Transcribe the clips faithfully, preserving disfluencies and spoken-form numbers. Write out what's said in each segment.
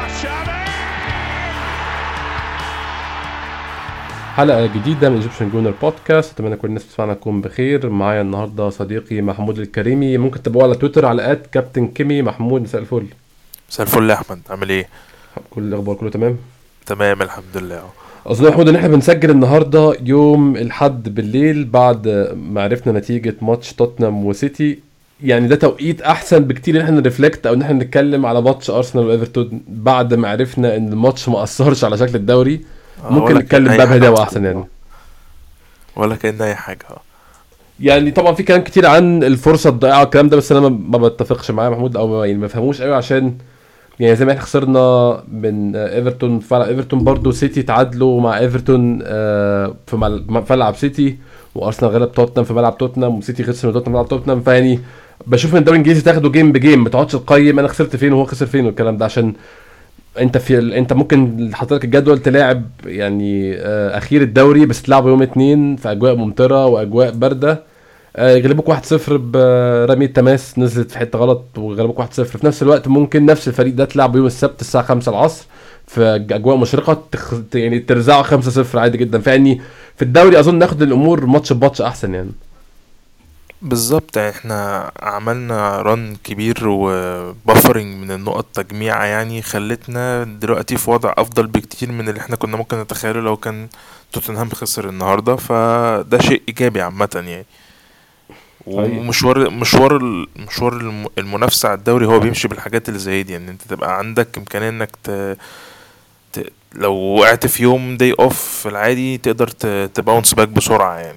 حلقة جديدة من ايجيبشن جونر بودكاست. اتمنى كل الناس بتسمعنا تكون بخير. معايا النهارده صديقي محمود الكريمي، ممكن تتابعوه على تويتر على ات كابتن كيمي. محمود مساء الفل. مساء الفل يا احمد، عامل ايه؟ كل الاخبار كله تمام تمام الحمد لله. اظن محمود ان احنا بنسجل النهارده يوم الاحد بالليل بعد ما عرفنا نتيجة ماتش توتنهام وسيتي. يعني ده توقيت احسن بكتير ان احنا نرفلكت او ان احنا نتكلم على ماتش ارسنال وايفرتون بعد ما عرفنا ان الماتش ما اثرش على شكل الدوري. ممكن نتكلم بقى بهداوة احسن يعني ولا كأن اي حاجه. يعني طبعا في كلام كتير عن الفرصه الضائعه والكلام ده، بس انا ما بتفقش معاه محمود او ما يعني ما فهموش قوي، عشان يعني زي ما احنا خسرنا من ايفرتون فعلا ايفرتون برضو سيتي تعادلوا مع ايفرتون في ملعب سيتي، وارسنال غلب توتنهام في ملعب توتنهام، وسيتي خسر من توتنهام في ملعب توتنهام. فيعني بشوف ان الدوري الانجليزي تاخده جيم بجيم، ما تقعدش تقيم انا خسرت فين وهو خسر فين والكلام ده، عشان انت في ال... انت ممكن حضرتك الجدول تلاعب يعني آه اخير الدوري، بس تلعب يوم اتنين في اجواء ممطره واجواء بارده، آه يغلبوك واحد صفر برمية تماس نزلت في حته غلط وغلبوك واحد صفر. في نفس الوقت ممكن نفس الفريق ده تلعب يوم السبت الساعه خمسة العصر في اجواء مشرقه تخ... يعني ترزعه خمسة صفر عادي جدا. فاني في الدوري اظن ناخد الامور ماتش بماتش احسن يعني. بالظبط، احنا عملنا رن كبير وبفرنج من النقط تجميعة، يعني خلتنا دلوقتي في وضع افضل بكتير من اللي احنا كنا ممكن نتخيله لو كان توتنهام خسر النهارده. فده شيء ايجابي عامه يعني. ومشوار مشوار مشوار المنافسه على الدوري هو بيمشي بالحاجات اللي زي دي، يعني انت تبقى عندك امكانيه انك ت... ت... لو وقعت في يوم داي اوف في العادي تقدر ت... تباونس باك بسرعه يعني.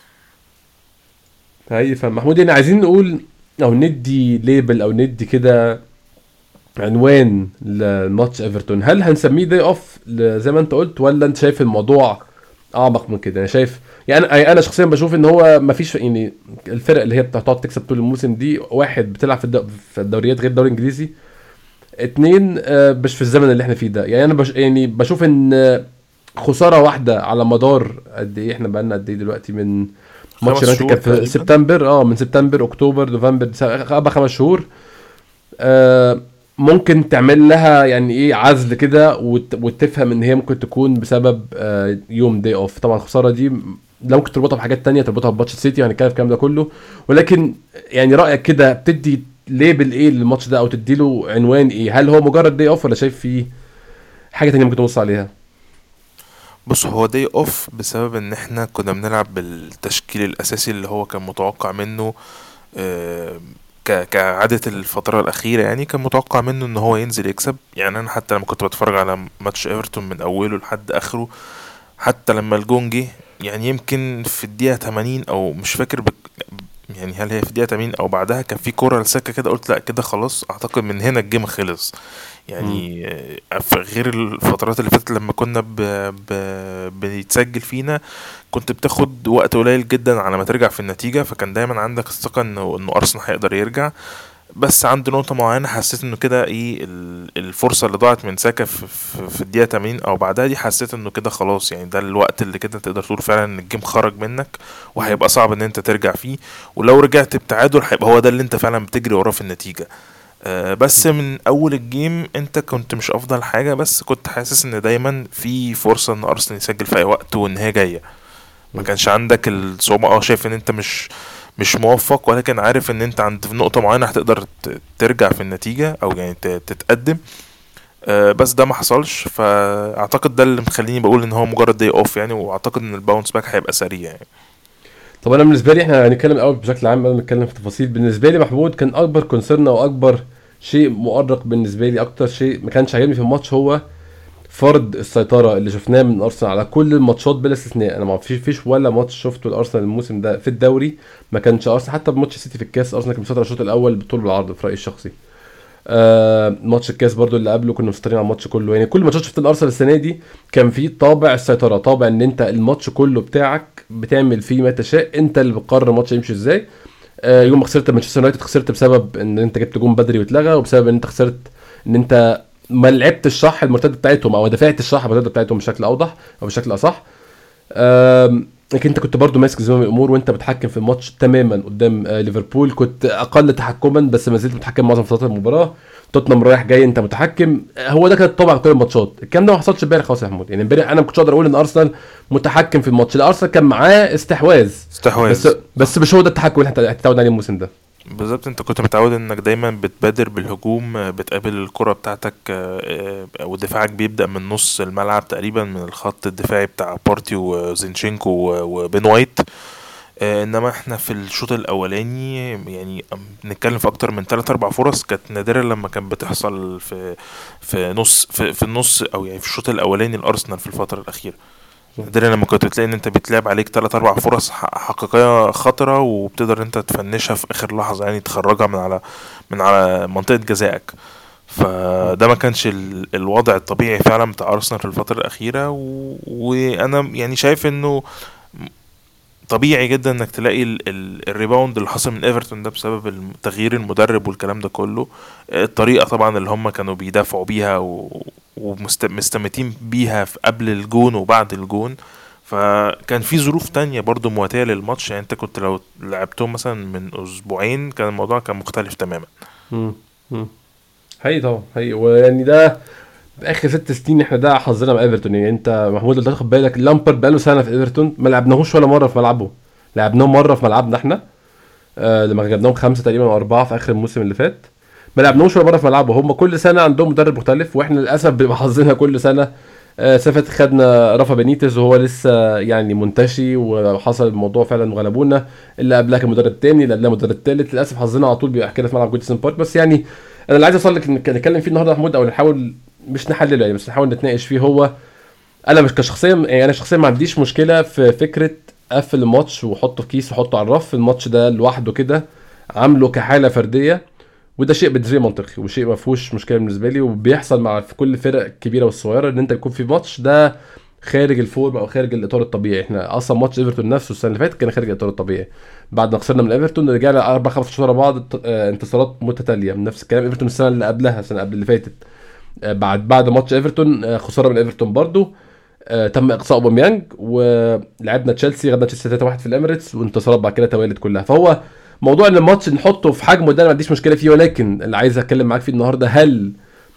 هاي فمحمود يعني عايزين نقول او ندي ليبل او ندي كده عنوان لماتش ايفرتون. هل هنسميه داي اوف زي ما انت قلت، ولا انت شايف الموضوع اعمق من كده؟ انا شايف يعني انا شخصيا بشوف ان هو مفيش يعني الفرق اللي هي بتقعد تكسب طول الموسم دي، واحد بتلعب في في الدوريات غير الدوري الانجليزي، اتنين مش في الزمن اللي احنا فيه ده. يعني انا بش يعني بشوف ان خساره واحده على مدار قد ايه، احنا بقالنا قد ايه دلوقتي من ماتش يونايتد كان في سبتمبر اه من سبتمبر اكتوبر نوفمبر ابقى خمس شهور، آه ممكن تعمل لها يعني ايه عزل كده وتفهم ان هي ممكن تكون بسبب آه يوم داي اوف. طبعا الخساره دي لو ممكن تربطها بحاجات تانية، تربطها بماتش سيتي هنتكلم في الكلام ده كله، ولكن يعني رايك كده بتدي ليبل ايه للماتش ده او تديله عنوان ايه؟ هل هو مجرد داي اوف ولا شايف فيه حاجه تانية ممكن تبص عليها؟ بص، هو داي اوف بسبب ان احنا كنا بنلعب بالتشكيل الاساسي اللي هو كان متوقع منه، آه كعادة الفترة الأخيرة يعني كان متوقع منه ان هو ينزل يكسب. يعني انا حتى لما كنت بتفرج على ماتش ايفرتون من اوله لحد اخره، حتى لما الجون جه يعني يمكن في الدقيقة ثمانين او مش فاكر بك يعني هل هي في الدقيقة ثمانين او بعدها، كان في كرة لسكة كده قلت لا كده خلاص، اعتقد من هنا الجيم خلص يعني. في غير الفترات اللي فاتت لما كنا ب... ب... بيتسجل فينا كنت بتاخد وقت قليل جدا على ما ترجع في النتيجة، فكان دايما عندك الثقة انه انه ارسنال هيقدر يرجع. بس عند نقطة معينة حسيت انه كده ايه الفرصة اللي ضاعت من ساكا في, في, في الدقيقة ثمانين او بعدها دي، حسيت انه كده خلاص يعني ده الوقت اللي كده تقدر تقول فعلا ان الجيم خرج منك وهيبقى صعب ان انت ترجع فيه، ولو رجعت بتعادل هيبقى هو ده اللي انت فعلا بتجري وراه في النتيجة. آه بس من اول الجيم انت كنت مش افضل حاجة، بس كنت حاسس ان دايما في فرصة ان ارسنال يسجل في اي وقت وان هي جاية. ما كانش عندك الصعوبة، اه شايف ان انت مش مش موفق، ولكن عارف ان انت عند نقطة معينة هتقدر ترجع في النتيجة او يعني تتقدم. أه بس ده ما حصلش، فاعتقد ده اللي مخليني بقول ان هو مجرد داي اوف يعني، واعتقد ان الباونس باك هيبقى سريع يعني. طب انا بالنسبه لي احنا هنتكلم الاول بشكل عام قبل ما نتكلم في تفاصيل. بالنسبه لي محمود كان اكبر كونسيرن او اكبر شيء مؤرق بالنسبه لي، اكتر شيء ما كانش عاجبني في الماتش هو فرض السيطره اللي شفناه من ارسنال على كل الماتشات بلا استثناء. انا ما فيش فيش ولا ماتش شفته لارسنال الموسم ده في الدوري ما كانش ارسنال، حتى بماتش سيتي في الكاس ارسنال كان مسيطر الشوط الاول بالطول بالعرض في رايي الشخصي. آه ماتش الكاس برضو اللي قبله كنا مسيطرين على الماتش كله. يعني كل ماتشات شفت الارسنال السنه دي كان فيه طابع السيطره، طابع ان انت الماتش كله بتاعك بتعمل فيه ما تشاء، انت اللي بتقرر الماتش يمشي ازاي. آه يوم ما خسرت مانشستر يونايتد خسرت بسبب ان انت جبت جون بدري واتلغى، وبسبب ان انت خسرت ان انت ما لعبتش الصح المرتده بتاعتهم او دفعت الصح المرتده بتاعتهم بشكل اوضح او بشكل اصح. لكن انت كنت برضو ماسك زمام الامور وانت بتحكم في الماتش تماما قدام آه ليفربول. كنت اقل تحكما بس ما زلت متحكم معظم فترات المباراه. توتنهام رايح جاي انت متحكم. هو ده كان طبعا كل الماتشات. الكلام ده ما حصلش امبارح خالص يا محمود. يعني امبارح انا ما كنتش اقدر اقول ان ارسنال متحكم في الماتش. الارسنال كان معاه استحواذ بس استحواذ بس مش هو ده التحكم اللي انت هتتعود عليه الموسم ده. بالظبط. انت كنت متعود انك دايما بتبادر بالهجوم، آه، بتقابل الكرة بتاعتك، آه، آه، ودفاعك بيبدأ من نص الملعب تقريبا، من الخط الدفاعي بتاع بارتي وزينشينكو و- وبين وايت. آه، انما احنا في الشوط الاولاني يعني أم- بنتكلم في اكتر من ثلاثة اربعة فرص كانت نادرة لما كانت بتحصل في في نص في, في النص، او يعني في الشوط الاولاني الارسنال في الفترة الاخيرة. نادرا لما كنت بتلاقي ان انت بيتلعب عليك ثلاث اربع فرص ح- حقيقيه خطره، وبتقدر انت تفنشها في اخر لحظه، يعني تخرجها من على من على منطقه جزائك. فده ما كانش ال- الوضع الطبيعي فعلا بتاع ارسنال في الفتره الاخيره، و... وانا يعني شايف انه طبيعي جدا انك تلاقي ال ال الريباوند اللي حصل من ايفرتون ده بسبب الم- تغيير المدرب والكلام ده كله. الطريقة طبعا اللي هم كانوا بيدافعوا بيها ومستمتين بيها في قبل الجون وبعد الجون. فكان في ظروف تانية برضو مواتية للماتش، يعني انت كنت لو لعبتهم مثلا من اسبوعين كان الموضوع كان مختلف تماما. مم. مم. حقيقي طبعا حقيقي. ويعني ده في اخر ست سنين احنا ده حظنا مع ايفرتون. يعني انت محمود لو تاخد بالك لامبرد بقاله سنه في ايفرتون ما لعبناهوش ولا مره في ملعبه. لعبناه مره في ملعبنا احنا، آه لما جبناهم خمسه تقريبا او اربعه في اخر الموسم اللي فات. ما لعبناهوش ولا مره في ملعبه. هم كل سنه عندهم مدرب مختلف، واحنا للاسف بنبقى حظنا كل سنه. آه سفت خدنا رافا بينيتز وهو لسه يعني منتشي، وحصل الموضوع فعلا وغلبونا. اللي قبلها كان مدرب تاني، اللي قبلها مدرب تالت. للاسف حظنا على طول بيبقى كده في ملعب جودسون بارك. بس يعني انا اللي عايز اوصل لك إن- نتكلم فيه النهارده يا محمود، او نحاول مش نحلله يعني، بس نحاول نتناقش فيه. هو انا مش كشخصيا، يعني انا شخصيا ما عنديش مشكله في فكره قفل الماتش وحطه في كيس وحطه على الرف. الماتش ده لوحده كده عامله كحاله فرديه، وده شيء بالنسبه لي منطقي وشيء ما فيهوش مشكله بالنسبه لي، وبيحصل مع في كل الفرق الكبيره والصغيره ان انت يكون في ماتش ده خارج الفورم او خارج الاطار الطبيعي. احنا اصلا ماتش ايفرتون نفسه السنه اللي فاتت كان خارج الاطار الطبيعي. بعد ما خسرنا من ايفرتون رجعنا اربع خمس شهور ورا بعض آه، انتصارات متتاليه. من نفس الكلام ايفرتون السنه اللي قبلها، السنه قبل اللي فاتت، آه، بعد بعد ماتش ايفرتون آه، خساره من ايفرتون برضو. آه، تم اقصاء اوباميانج ولعبنا تشيلسي، غلبنا تشيلسي ثلاثة واحد في الاميريتس، وانتصارات بعد كده توالت كلها. فهو موضوع ان الماتش نحطه في حجمه ده أنا ما عنديش مشكله فيه، ولكن اللي عايز اتكلم معاك فيه النهارده، هل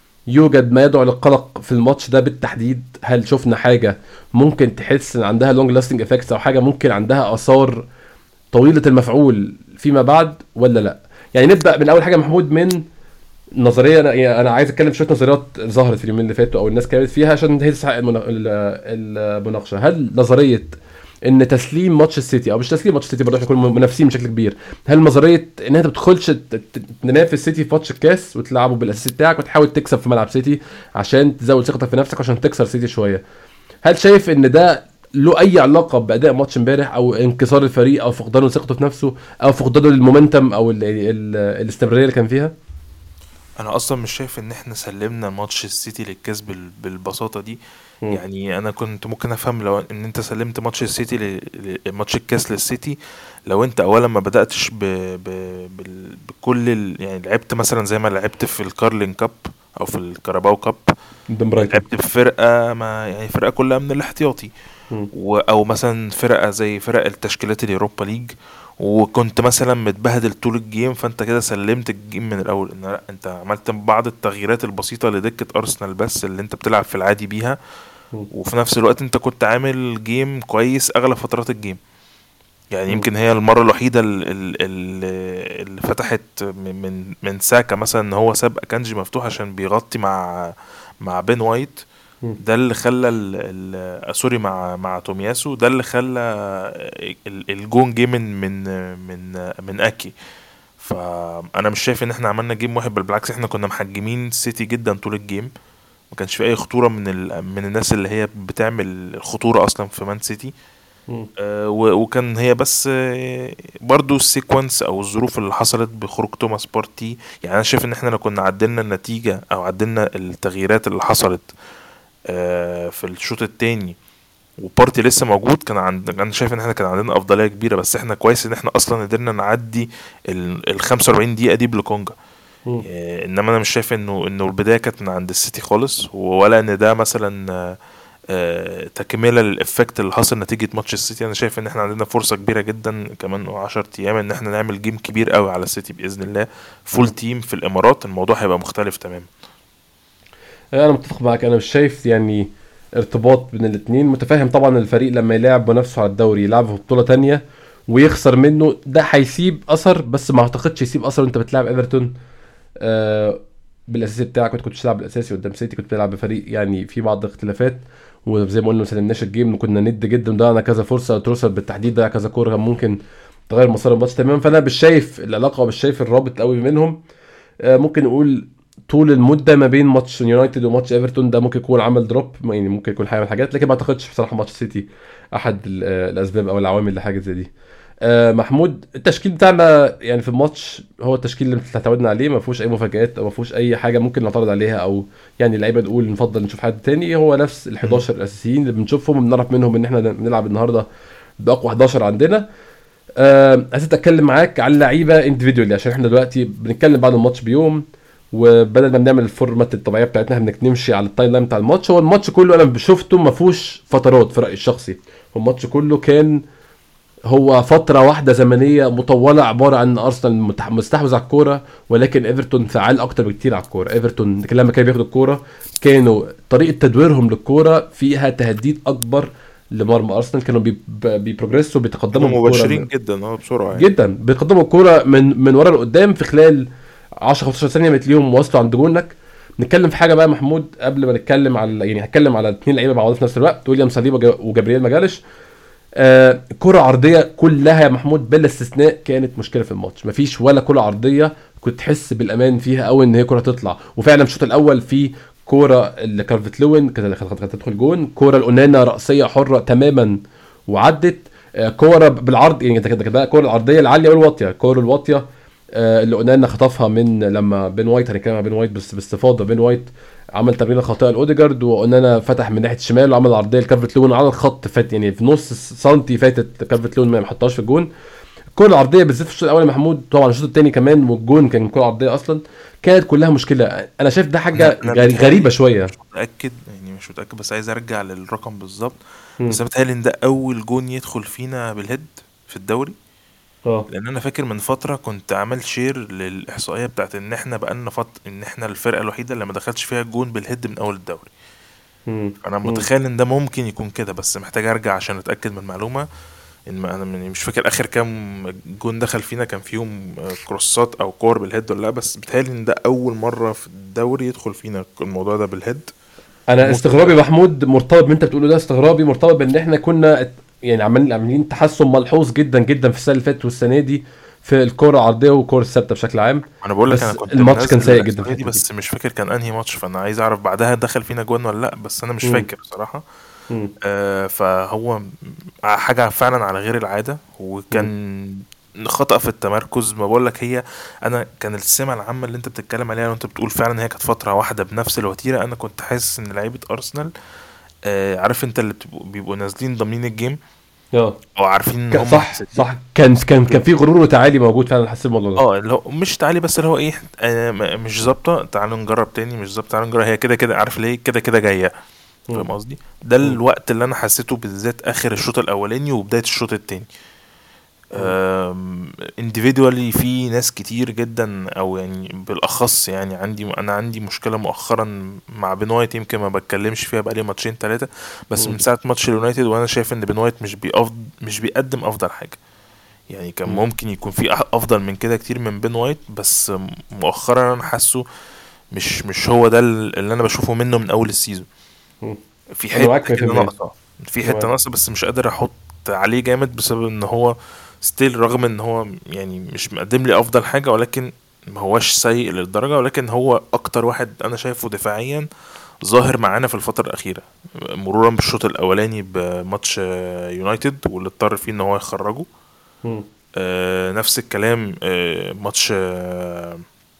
يوجد ما يدعو للقلق في الماتش ده بالتحديد؟ هل شفنا حاجه ممكن تحس ان عندها لونج لاستنج افكتس، او حاجه ممكن عندها اثار طويله المفعول فيما بعد ولا لا؟ يعني نبدا من اول حاجه محمود، من نظريه. انا يعني انا عايز اتكلم في شويه نظريات ظهرت في اليومين اللي فاتوا او الناس كانت فيها عشان هي تستحق المنا- ال- المناقشه. هل نظريه ان تسليم ماتش السيتي، او مش تسليم ماتش السيتي برضه احنا كنا منافسين بشكل كبير، هل نظريه ان انت ما تدخلش ت- ت- تنافس السيتي في ماتش الكاس وتلعبه بالاساسي بتاعك وتحاول تكسب في ملعب سيتي عشان تزود ثقتك في نفسك عشان تكسر سيتي شويه، هل شايف ان ده له اي علاقه باداء ماتش امبارح او انكسار الفريق او فقدانه ثقته في نفسه او فقدانه للمومنتم او ال ال الاستمراريه اللي كان فيها؟ انا اصلا مش شايف ان احنا سلمنا ماتش السيتي للكاس بال- بالبساطه دي. مم. يعني انا كنت ممكن افهم لو ان انت سلمت ماتش السيتي ل... ل- ماتش الكاس للسيتي، لو انت اولا ما بداتش ب... ب... بال... بكل ال... يعني لعبت مثلا زي ما لعبت في الكارلين كاب او في الكاراباو كاب. قدام برايتون. لعبت بفرقه ما يعني فرقه كلها من الاحتياطي، مم. و... او مثلا فرقه زي فرق التشكيلات اليوروبا ليج، وكنت مثلا متبهدل طول الجيم، فانت كده سلمت الجيم من الاول. ان لا، انت عملت بعض التغييرات البسيطه لدكه ارسنال بس اللي انت بتلعب في العادي بيها، مم. وفي نفس الوقت انت كنت عامل جيم كويس اغلب فترات الجيم. يعني مم. يمكن هي المره الوحيده ال- ال- ال- اللي فتحت من من من ساكا مثلا ان هو ساب اكانجي مفتوح عشان بيغطي مع مع بين وايت. مم. ده اللي خلى ال- ال- آه، سوري مع مع تومياسو، ده اللي خلى ال- الجون جه من من من من اكي. فانا مش شايف ان احنا عملنا جيم واحد، بل بالعكس احنا كنا محجمين سيتي جدا طول الجيم. ما كانش في اي خطوره من ال... من الناس اللي هي بتعمل خطوره اصلا في مان سيتي. مم. آه، و- وكان هي بس آه، برضو السيكونس او الظروف اللي حصلت بخروج توماس بارتي. يعني انا شايف ان احنا لو كنا عدلنا النتيجه او عدلنا التغييرات اللي حصلت آه، في الشوط التاني وبارتي لسه موجود، كان عند انا شايف ان احنا كان عندنا افضليه كبيره. بس احنا كويس ان احنا اصلا قدرنا نعدي ال ال خمسة واربعين دقيقه دي بلوكونجا. مم. آه، انما انا مش شايف انه انه البدايه كانت من عند السيتي خالص، ولا ان ده مثلا آه، آه، تكمله للافكت اللي حصل نتيجه ماتش السيتي. انا شايف ان احنا عندنا فرصه كبيره جدا كمان عشرة ايام ان احنا نعمل جيم كبير قوي على السيتي باذن الله، فول تيم في الامارات، الموضوع هيبقى مختلف تماما. انا متفق معاك، انا مش شايف يعني ارتباط بين الاثنين. متفاهم طبعا الفريق لما يلعب بنفسه على الدوري يلعب في بطوله تانية ويخسر منه ده هيسيب اثر، بس ما اعتقدش يسيب اثر وانت بتلعب ايفرتون آه بالاساسي بتاعك. كنت كنت بتلعب بالاساسي قدام سيتي، كنت بتلعب بفريق يعني في بعض الاختلافات، وزي ما قلنا ما سلمناش الجيم، كنا ند جدا، ضيعنا كذا فرصه، تروسر بالتحديد ضيع كذا كوره كان ممكن تغير مسار الماتش تماما. فانا مش شايف العلاقه ومش شايف الرابط قوي منهم. آه، ممكن نقول طول المده ما بين ماتش يونايتد وماتش ايفرتون ده ممكن يكون عمل دروب، يعني ممكن يكون حاجه من الحاجات، لكن ما اعتقدش بصراحه ماتش سيتي احد ال- آه، الاسباب او العوامل لحاجه زي دي. آه، محمود، التشكيل بتاعنا يعني في الماتش هو التشكيل اللي اتعودنا عليه، ما فيهوش اي مفاجآت او ما فيهوش اي حاجه ممكن نعترض عليها، او يعني اللعيبه نقول نفضل نشوف حد تاني. هو نفس ال مم. حداشر الاساسيين اللي بنشوفهم وبنعرف منهم ان احنا بنلعب النهارده باقوى حداشر عندنا. آه، عايز اتكلم معاك على اللعيبه انديفيدوالي عشان احنا دلوقتي بنتكلم بعد الماتش بيوم، وبدل ما بنعمل الفورمات الطبيعيه بتاعتنا احنا نمشي على التايم لاين بتاع الماتش. هو الماتش كله انا شفته ما فيهوش فترات في رايي الشخصي، هو الماتش كله كان هو فترة واحدة زمنية مطولة عبارة عن أرسنال متح- مستحوذ على الكورة، ولكن ايفرتون فعال أكتر بكتير على الكورة. ايفرتون لما كانوا بياخدوا الكورة كانوا طريقة تدويرهم للكورة فيها تهديد أكبر لمرمى أرسنال، كانوا بي- بيبروجريسوا كانوا بيتقدموا بالكورة مباشرين جدا اه بسرعه يعني. جدا، بيقدموا الكوره من من ورا لقدام في خلال عشرة خمستاشر ثانيه بتلاقيهم وصلوا عند جونك. نتكلم في حاجه بقى محمود قبل ما نتكلم على، يعني هتكلم على اثنين لعيبه مع بعض في نفس الوقت، ويليام ساليبا وجا- وجابرييل ماجاليش. آه كره عرضيه كلها يا محمود بلا استثناء كانت مشكله في الماتش، مفيش ولا كره عرضيه كنت تحس بالامان فيها او ان هي كره تطلع. وفعلا الشوط الاول في كوره اللي كارفت لوين كانت كانت تدخل جون، كوره الاونانا راسيه حره تماما وعدت. آه، كوره بالعرض، يعني كده كده كوره العرضيه العاليه والواطيه، الكوره الواطيه آه، اللي قلنا خطفها من لما بين وايت، هنتكلم عن بين وايت بس باستفاضه. بين وايت عمل تمريره خاطئه لاوديجارد، وقلنا فتح من ناحيه الشمال وعمل عرضيه لكافرت لون على الخط، فات يعني في نص سنتي فاتت كافرت لون ما حطهاش في الجون. الكره العرضيه بالذات في الشوط الاول يا محمود، طبعا الشوط الثاني كمان والجون كان كره عرضيه اصلا، كانت كلها مشكله. انا شايف ده انا حاجه انا غري- غريبه بتهيألي شويه. مش متاكد يعني، مش متاكد بس عايز ارجع للرقم بالظبط. بس مم. انا بتهيألي ان ده اول جون يدخل فينا بالهيد في الدوري. اه. لان انا فاكر من فتره كنت عامل شير للاحصائيه بتاعت ان احنا بقالنا فت... ان احنا الفرقه الوحيده اللي ما دخلش فيها جون بالهيد من اول الدوري. مم. انا مم. متخيل ان ده ممكن يكون كده، بس محتاج ارجع عشان اتاكد من المعلومه. ان ما انا من- مش فاكر اخر كام جون دخل فينا كان فيهم آه، كروسات او كور بالهيد ولا لا، بس بتهيألي ان ده اول مره في الدوري يدخل فينا الموضوع ده بالهيد. انا وممكن استغرابي يا محمود مرتبط بان انت بتقوله ده، استغرابي مرتبط بان احنا كنا ات- يعني عمالين عاملين تحسن ملحوظ جدا جدا في السنه اللي فاتت والسنه دي في الكره العرضيه والكره الثابته بشكل عام، انا بقول لك انا بس كنت الماتش كان منزل سيء جدا في الاحصائيه دي الحته دي. بس مش فاكر كان انهي ماتش، فانا عايز اعرف بعدها دخل فينا جوان ولا لا، بس انا مش امم. فاكر بصراحه. امم. آه فهو م- حاجه فعلا على غير العاده، امم. وكان خطأ في التمركز. ما بقول لك هي، انا كان السمه العامه اللي انت بتتكلم عليها وانت بتقول فعلا هي كانت فتره واحده بنفس الوتيره. انا كنت حاسس ان لعيبه ارسنال، آه عارف انت اللي بتبقوا بيبقوا نازلين ضامنين الجيم اه. او عارفين ان ك- هم صح هيسجلوا. صح، كان كان كان في غرور وتعالي موجود فعلا، حسيت الموضوع ده. اه اللي هو مش تعالي، بس اللي هو ايه، آه م- مش ظابطه، تعالوا نجرب تاني، مش ظابطه تعالوا نجرب، هي كده كده عارف ليه كده كده جايه. امم. فاهم قصدي؟ ده امم. الوقت اللي انا حسيته بالذات اخر الشوط الاولاني وبدايه الشوط التاني. امم. individually في ناس كتير جدا، او يعني بالاخص يعني عندي انا عندي مشكله مؤخرا مع بين وايت، يمكن ما بتكلمش فيها بقالي ماتشين ثلاثه، بس من ساعه ماتش اليونايتد وانا شايف ان بين وايت مش بيقف مش بيقدم افضل حاجه. يعني كان امم. ممكن يكون في أح- افضل من كده كتير من بين وايت، بس مؤخرا انا حاسه مش مش هو ده اللي انا بشوفه منه من اول السيزون. امم. في انا معاك حته كده مية في المية. ناقصه، في انا حته معاك. ناقصه، بس مش قادر احط عليه جامد بسبب ان هو ستيل، رغم ان هو يعني مش مقدم لي افضل حاجه، ولكن ما هوش سيء للدرجه، ولكن هو اكتر واحد انا شايفه دفاعيا ظاهر معانا في الفتره الاخيره، مرورا بالشوط الاولاني بماتش آه، يونايتد واللي اضطر فيه ان هو يخرجه. امم. آه، نفس الكلام آه، ماتش آه،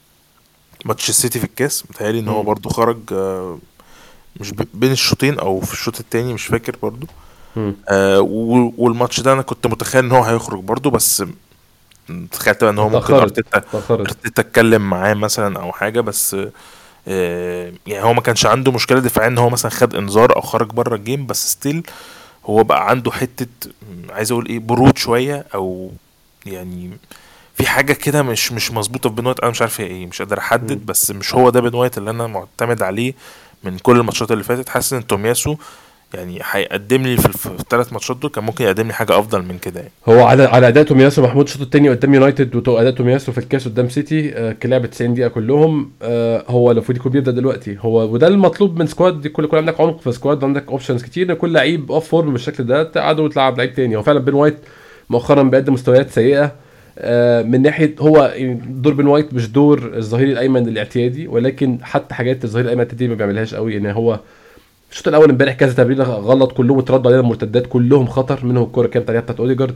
ماتش السيتي في الكاس، متهيألي ان هو امم. برضو خرج آه، مش ب- بين الشوطين او في الشوط التاني مش فاكر برضو. امم. آه و- والماتش ده انا كنت متخيل ان هو هيخرج برضو، بس تخيلت بقى ان هو ممكن اتاخرت ارتيتا اتاخرت. ارتيتا اتكلم معاه مثلا او حاجه، بس آه، يعني هو ما كانش عنده مشكله دفاعيه ان هو مثلا خد انذار او خرج بره الجيم، بس ستيل هو بقى عنده حته م، عايز اقول ايه، برود شويه، او يعني في حاجه كده مش مش مظبوطه في بين وايت. انا مش عارف هي ايه، مش قادر احدد، بس مش هو ده بين وايت اللي انا معتمد عليه من كل الماتشات اللي فاتت. حاسس ان تومياسو يعني هيقدم لي في الف- في الثلاث ماتشات دول كان ممكن يقدم لي حاجه افضل من كده يعني. هو على على اداء تومياسو محمود الشوط الثاني قدام يونايتد واداء تومياسو في الكاس قدام سيتي، آه كلعب تسعين دقيقه كلهم. آه هو لو فوديكو بيبدا دلوقتي، هو وده المطلوب من سكواد دي، كل كل عندك عمق في سكواد، عندك اوبشنز كتير، كل لعيب اوف فورم بالشكل ده تقعدوا وتلعب لعيب تاني. هو فعلا بين وايت مؤخرا بيقدم مستويات سيئه. آه من ناحيه هو دور بين وايت مش دور الظهير الايمن الاعتيادي، ولكن حتى حاجات الظهير الايمن الاعتيادي ما بيعملهاش قوي. يعني هو الشوط الاول امبارح كذا تمريره غلط كلهم اتردوا علينا مرتدات، كلهم خطر، منهم الكوره كانت بتاعت بتاعت اوديجارد.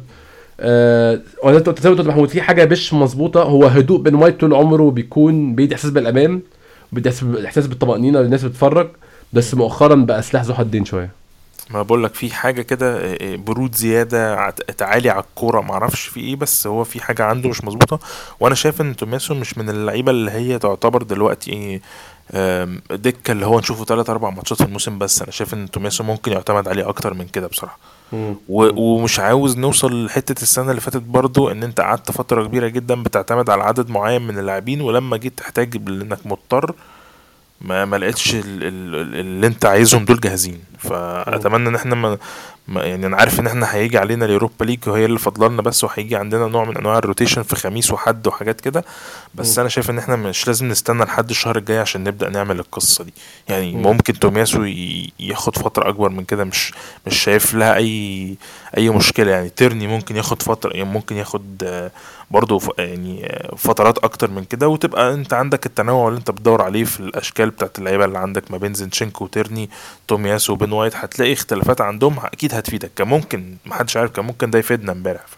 آه وانا انت زي ما قلت محمود، في حاجه مش مظبوطه. هو هدوء بين وايت طول عمره بيكون بيدي احساس بالامان، بيدي إحساس- احساس بالطمانينه للناس بتتفرج، بس مؤخرا بقى سلاح ذو حدين شويه. ما بقول لك في حاجه كده، آه، آه، برود زياده، عت- تعالي على الكوره، ما اعرفش في ايه، بس هو في حاجه عنده مش مظبوطه. وانا شايف ان توماسو مش من اللعيبه اللي هي تعتبر دلوقتي ايه، آم، دكه اللي هو نشوفه ثلاث اربع ماتشات في الموسم. بس انا شايف ان توماسو ممكن يعتمد عليه اكتر من كده بصراحه. مم. و- ومش عاوز نوصل لحته السنه اللي فاتت برضو ان انت قعدت فتره كبيره جدا بتعتمد على عدد معين من اللاعبين، ولما جيت تحتاج لانك مضطر ما ما لقيتش ال- ال- ال- اللي انت عايزهم دول جاهزين. مم. فاتمنى ان احنا ما ما- يعني انا عارف ان احنا هيجي علينا اليوروبا ليج وهي اللي فضلنا بس، وهيجي عندنا نوع من انواع الروتيشن في خميس وحد وحاجات كده. مم. بس انا شايف ان احنا مش لازم نستنى لحد الشهر الجاي عشان نبدأ نعمل القصة دي. يعني مم. ممكن تومياسو ي- ياخد فترة اكبر من كده، مش مش شايف لها اي اي مشكلة. يعني تيرني ممكن ياخد فترة، يعني ممكن ياخد آه، برضه ف- يعني آه، فترات اكتر من كده، وتبقى انت عندك التنوع اللي انت بتدور عليه في الاشكال بتاعت اللعيبه اللي عندك ما بين زينشينكو وتيرني، تومياسو وبين وايت. هتلاقي اختلافات عندهم اكيد هتفيدك. كان ممكن محدش عارف، كان ممكن ده يفيدنا امبارح. ف...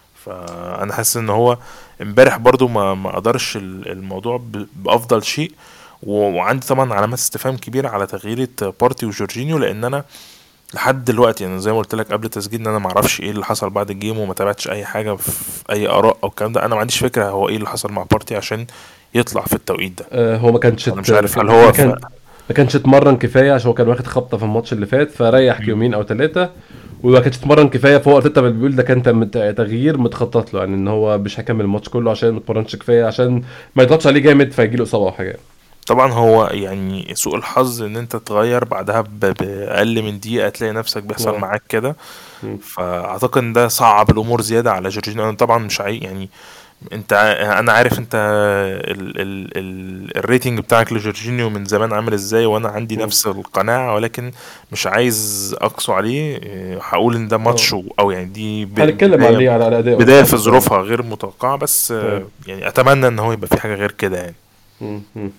فانا حاسس ان هو امبارح برضو ما ما قدرش ال- الموضوع ب... بافضل شيء. و... وعندي طبعا علامات استفهام كبيره على تغيير بارتي وجورجينيو، لان انا لحد دلوقتي يعني زي ما قلت لك قبل تسجيل ان انا ما اعرفش ايه اللي حصل بعد الجيم، وما تابعتش اي حاجه في اي اراء او الكلام ده. انا ما عنديش فكره هو ايه اللي حصل مع بارتي عشان يطلع في التوقيت ده. آه هو ما كانش انا ت- مش ما عارف هل كان هو ما ف... كان ما كانش اتمرن كفايه، عشان هو كان واخد خبطه في الماتش اللي فات فريح يومين او ثلاثه، وما كانش اتمرن كفايه. فهو ارتيتا بيقول ده كان تم- تغيير متخطط له، يعني ان هو مش هيكمل الماتش كله عشان ما اتمرنش كفايه، عشان ما يضغطش عليه جامد فيجي له اصابه او حاجه. طبعا هو يعني سوء الحظ ان انت تغير بعدها ب- باقل من دقيقه تلاقي نفسك بيحصل اه. معاك كده. مم. فاعتقد ان ده صعب الامور زياده على جورجينيو. انا طبعا مش عاي... يعني انت ع- انا عارف انت ال... ال... ال... الريتنج بتاعك لجورجينيو من زمان عامل ازاي، وانا عندي مم. نفس القناعه، ولكن مش عايز اقسو عليه. إيه، هقول ان ده اه ماتش و- او يعني دي ب... هنتكلم بدايه عليه على على اداؤه بدايه طبعا في ان شاء الله. ظروفها غير متوقعه، بس اه. آه، يعني اتمنى ان هو يبقى في حاجه غير كده يعني. مم. مم.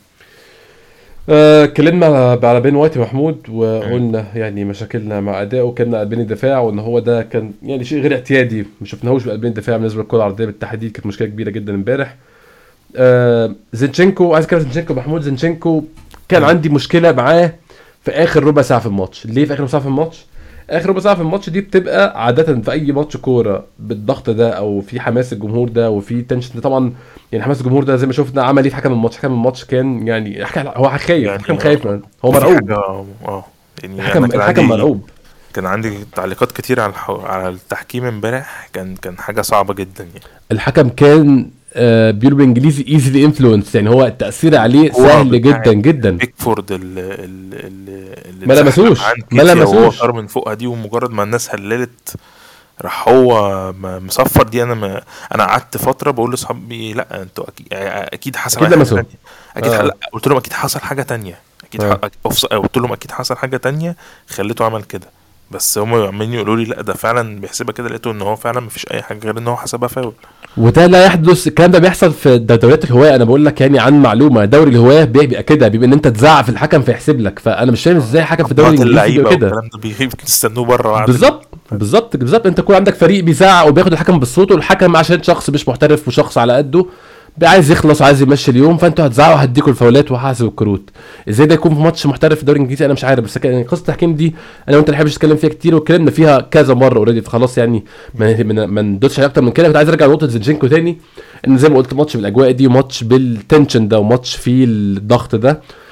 آه، اتكلمنا على على بين وايت يا محمود، مم. وقلنا يعني مشاكلنا مع ادائه، وكنا قلبين الدفاع، وان هو ده كان يعني شيء غير اعتيادي ما شفناهوش بقلبين الدفاع بالنسبه للكره العرضيه بالتحديد، كانت مشكله كبيره جدا امبارح. آه زينشينكو، عايز اتكلم زينشينكو محمود. زينشينكو كان مم. عندي مشكله معاه في اخر ربع ساعه في الماتش. ليه في اخر ربع ساعه في الماتش؟ اخر ربع ساعه في الماتش دي بتبقى عاده في اي ماتش كوره بالضغط ده، او في حماس الجمهور ده وفي تنشن ده طبعا. يعني حماس الجمهور ده زي ما شفنا عمل ايه في حكم الماتش. حكم الماتش كان يعني حكم- هو خايف، حكم يعني خايف من. هو في مرعوب. حاجة اه يعني انا الحكم كان الحكم عندي مرعوب. كان عندي تعليقات كتير على الحو... على التحكيم امبارح. كان كان حاجة صعبة جدا يعني. الحكم كان آه بيقولوا بالانجليزي ايزلي انفلونس، يعني هو التأثير عليه هو سهل بتاع جدا جدا. بيكفورد اللي, اللي, اللي ما اتزحلق لمسوش عن ما كيتيا وهو لمسوش طار من فوقها دي، ومجرد ما الناس هللت راح هو م- مصفر دي. انا ما انا قعدت فترة بقول لاصحابي لا انتوا اكيد اكيد حصل اكيد اي حاجة لمسوه. تانية. اكيد ح... اه. لا قلت لهم اكيد حصل حاجة تانية. اكيد ح... اه. أوفس- قلت لهم اكيد حصل حاجة تانية خليته عمل كده. بس هم عمالين يقولوا لي لا ده فعلا بيحسبها كده. لقيته ان هو فعلا مفيش اي حاجه غير ان هو حسبها فاول. وده لا يحدث، الكلام ده بيحصل في د- دوريات الهواة. انا بقول لك يعني عن معلومه، دوري الهواة بيبقى كده، بيبقى ان انت تزعق في الحكم فيحسب لك. فانا مش فاهم ازاي حكم في الدوري عضلات الانجليزي بيبقى اللعيبه كده. والكلام ده بيغيب تستنوه بره بعد ال... بالظبط بالظبط بالظبط. انت يكون عندك فريق بيزعق وبياخد الحكم بالصوت، والحكم عشان شخص مش محترف وشخص على قده عايز يخلص وعايز يمشي اليوم، فانتوا هتزعقوا هديكوا الفاولات وهحاسب الكروت. ازاي ده يكون في ماتش محترف في الدوري الانجليزي؟ انا مش عارف. بس كان- يعني قصه التحكيم دي انا وانت ما بنحبش نتكلم فيها كتير، واتكلمنا فيها كذا مره اوريدي، فخلاص يعني ما ما ما ندوسش عليها اكتر من كده. كنت عايز ارجع لنقطه زينشينكو تاني، ان زي ما قلت ماتش بالاجواء دي وماتش بالتنشن ده وماتش فيه الضغط ده.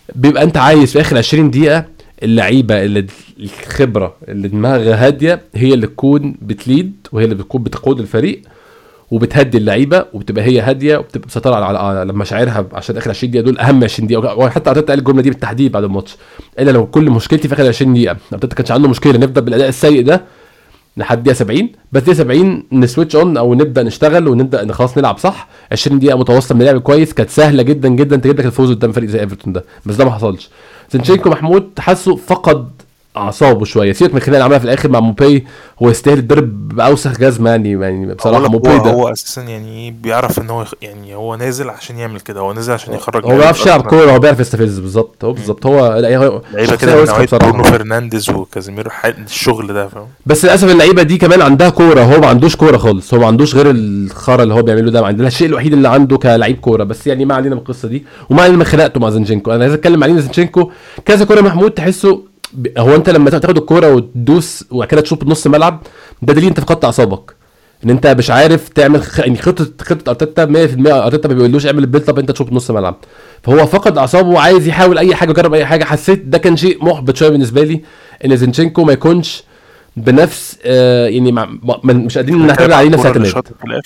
بيبقى انت عايز في اخر عشرين دقيقه اللعيبه اللي الخبره اللي دماغها هاديه هي اللي تكون بتليد، وهي اللي بتكون بتقود الفريق وبتهدي اللعيبه، وبتبقى هي هاديه وبتبقى مسيطره على على مشاعرها، عشان اخر عشرين دقيقه دول اهم عشرين دقيقه. وحتى ارتيتا قال الجمله دي بالتحديد بعد الماتش، الا لو كل مشكلتي في اخر عشرين دقيقه. ارتيتا كانش عنده مشكله نبدا بالاداء السيء ده لحد دقيقه سبعين، بس دقيقه سبعين نسويتش اون او نبدا نشتغل ونبدا خلاص نلعب صح. عشرين دقيقه متواصله من لعب كويس كانت سهله جدا جدا تجيب لك الفوز قدام فريق زي ايفرتون ده، بس ده ما حصلش. زينشينكو محمود تحسه فقد اعصابه شويه، سيبك من الخناقه اللي عملها في الاخر مع موباي، هو يستاهل الضرب باوسخ جزمه يعني. يعني بصراحه موباي ده هو اساسا يعني بيعرف ان هو يخ... يعني هو نازل عشان يعمل كده، هو نازل عشان يخرج. هو بيعرف يلعب كوره، هو بيعرف يستفز بالظبط. هو بالظبط هو لعيبه كده من برونو فرنانديز وكازيميرو الشغل ده فاهم. بس للاسف اللعيبه دي كمان عندها كوره، هو ما عندوش كوره خالص، هو ما عندوش غير الخرا اللي هو بيعمله ده، ما عندنا الشيء الوحيد اللي عنده كلاعب كوره. بس يعني ما علينا من القصه دي، وما علينا من خناقته مع زينشينكو. انا عايز اتكلم عليه زينشينكو كذا كوره محمود تحسه هو انت لما تاخد الكوره وتدوس وكده تشوط بنص ملعب، ده دليل انت فقدت اعصابك، ان انت مش عارف تعمل خ... يعني خطه خطه ارتيتا مية في المية. ارتيتا ما بيقولوش اعمل البيلت اب انت تشوط بنص ملعب، فهو فقد اعصابه وعايز يحاول اي حاجه، جرب اي حاجه. حسيت ده كان شيء محبط شويه بالنسبه لي، ان زينشينكو ما يكونش بنفس آه يعني مع... مش قادرين نعتمد عليه نفس الاعتماد.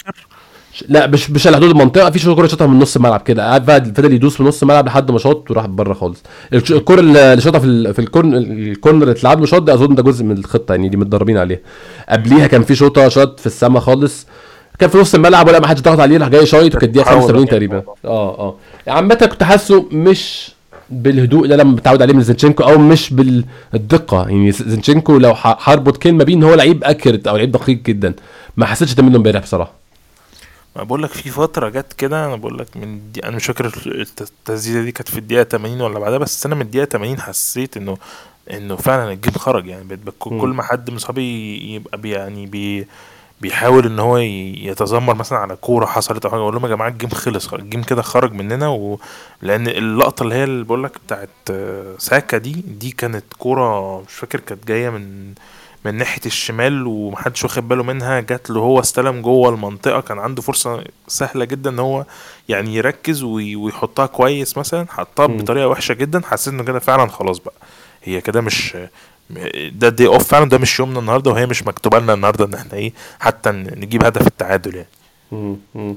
لا مش مش على حدود المنطقه، في كوره شاطها من نص الملعب كده، قعد فضل يدوس في نص الملعب لحد ما شاط وراح بره خالص. الكوره اللي شاطها في في الكورن الكورنر اللي اتلعب له شاط ده، اظن ده جزء من الخطه يعني، دي متدربين عليها. قبليها كان في شوطه شاط في السما خالص، كان في نص الملعب ولا ما حدش ضغط عليه، راح جاي شايط وكانت دقيقه خمسة وثمانين تقريبا. اه اه عامه كنت حاسه مش بالهدوء اللي انا متعود عليه من زينشينكو، او مش بالدقه. يعني زينشينكو لو هربط كلمه بين هو لعيب اكيرت او لعيب دقيق جدا، ما حسيتش ده منه امبارح بصراحه. ما بقول لك في فتره جت كده، انا بقول لك من دي انا مش فاكر التسديده دي كانت في الدقيقه ثمانين ولا بعدها، بس انا من الدقيقه ثمانين حسيت انه انه فعلا الجيم خرج يعني. كل ما حد من صحابي يبقى بي يعني بي بيحاول ان هو يتذمر مثلا على كوره حصلت او حاجه، اقول لهم يا جماعه الجيم خلص، الجيم كده خرج مننا. و... لان اللقطه اللي هي اللي بقول لك بتاعت ساكا دي دي كانت كوره مش فاكر كانت جايه من من ناحيه الشمال ومحدش واخد باله منها، جات له هو استلم جوه المنطقه، كان عنده فرصه سهله جدا ان هو يعني يركز ويحطها كويس، مثلا حطها بطريقه وحشه جدا. حسيت انه كده فعلا خلاص بقى هي كده مش ده دي اوف فعلا، ده مش يومنا النهارده، وهي مش مكتوبه لنا النهارده ان احنا ايه حتى نجيب هدف التعادل يعني. امم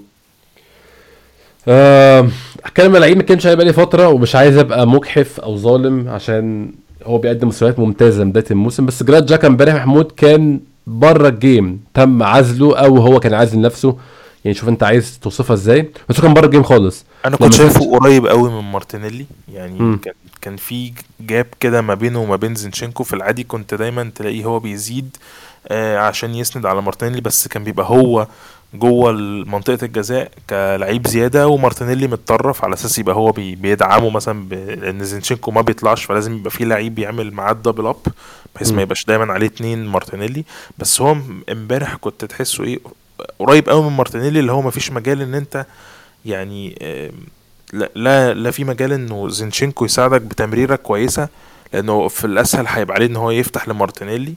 آه اتكلم اللعيب ما كانش هيبقى لي فتره، ومش عايز ابقى مجحف او ظالم عشان هو بيقدم مستويات ممتازه من بدايه الموسم، بس جراد جاكا امبارح محمود كان بره الجيم، تم عزله او هو كان عازل نفسه، يعني شوف انت عايز توصفها ازاي، بس هو كان بره الجيم خالص. انا كنت شايفه قريب قوي من مارتينيلي يعني. م. كان كان في جاب كده ما بينه وما بين زينشينكو. في العادي كنت دايما تلاقيه هو بيزيد آه عشان يسند على مارتينيلي، بس كان بيبقى هو جوه منطقه الجزاء كلاعب زياده، ومارتينيلي متطرف على اساس يبقى هو بي بيدعمه مثلا، لان زينشينكو ما بيطلعش، فلازم يبقى في لعيب يعمل معاه الدبل اب بحيث ما يبقاش دايما عليه اتنين مارتينيلي. بس هو امبارح كنت تحسه ايه قريب قوي من مارتينيلي، اللي هو ما فيش مجال ان انت يعني لا لا, لا في مجال انه زينشينكو يساعدك بتمريره كويسه، لانه في الاسهل هيبقى عليه ان هو يفتح لمارتينيلي،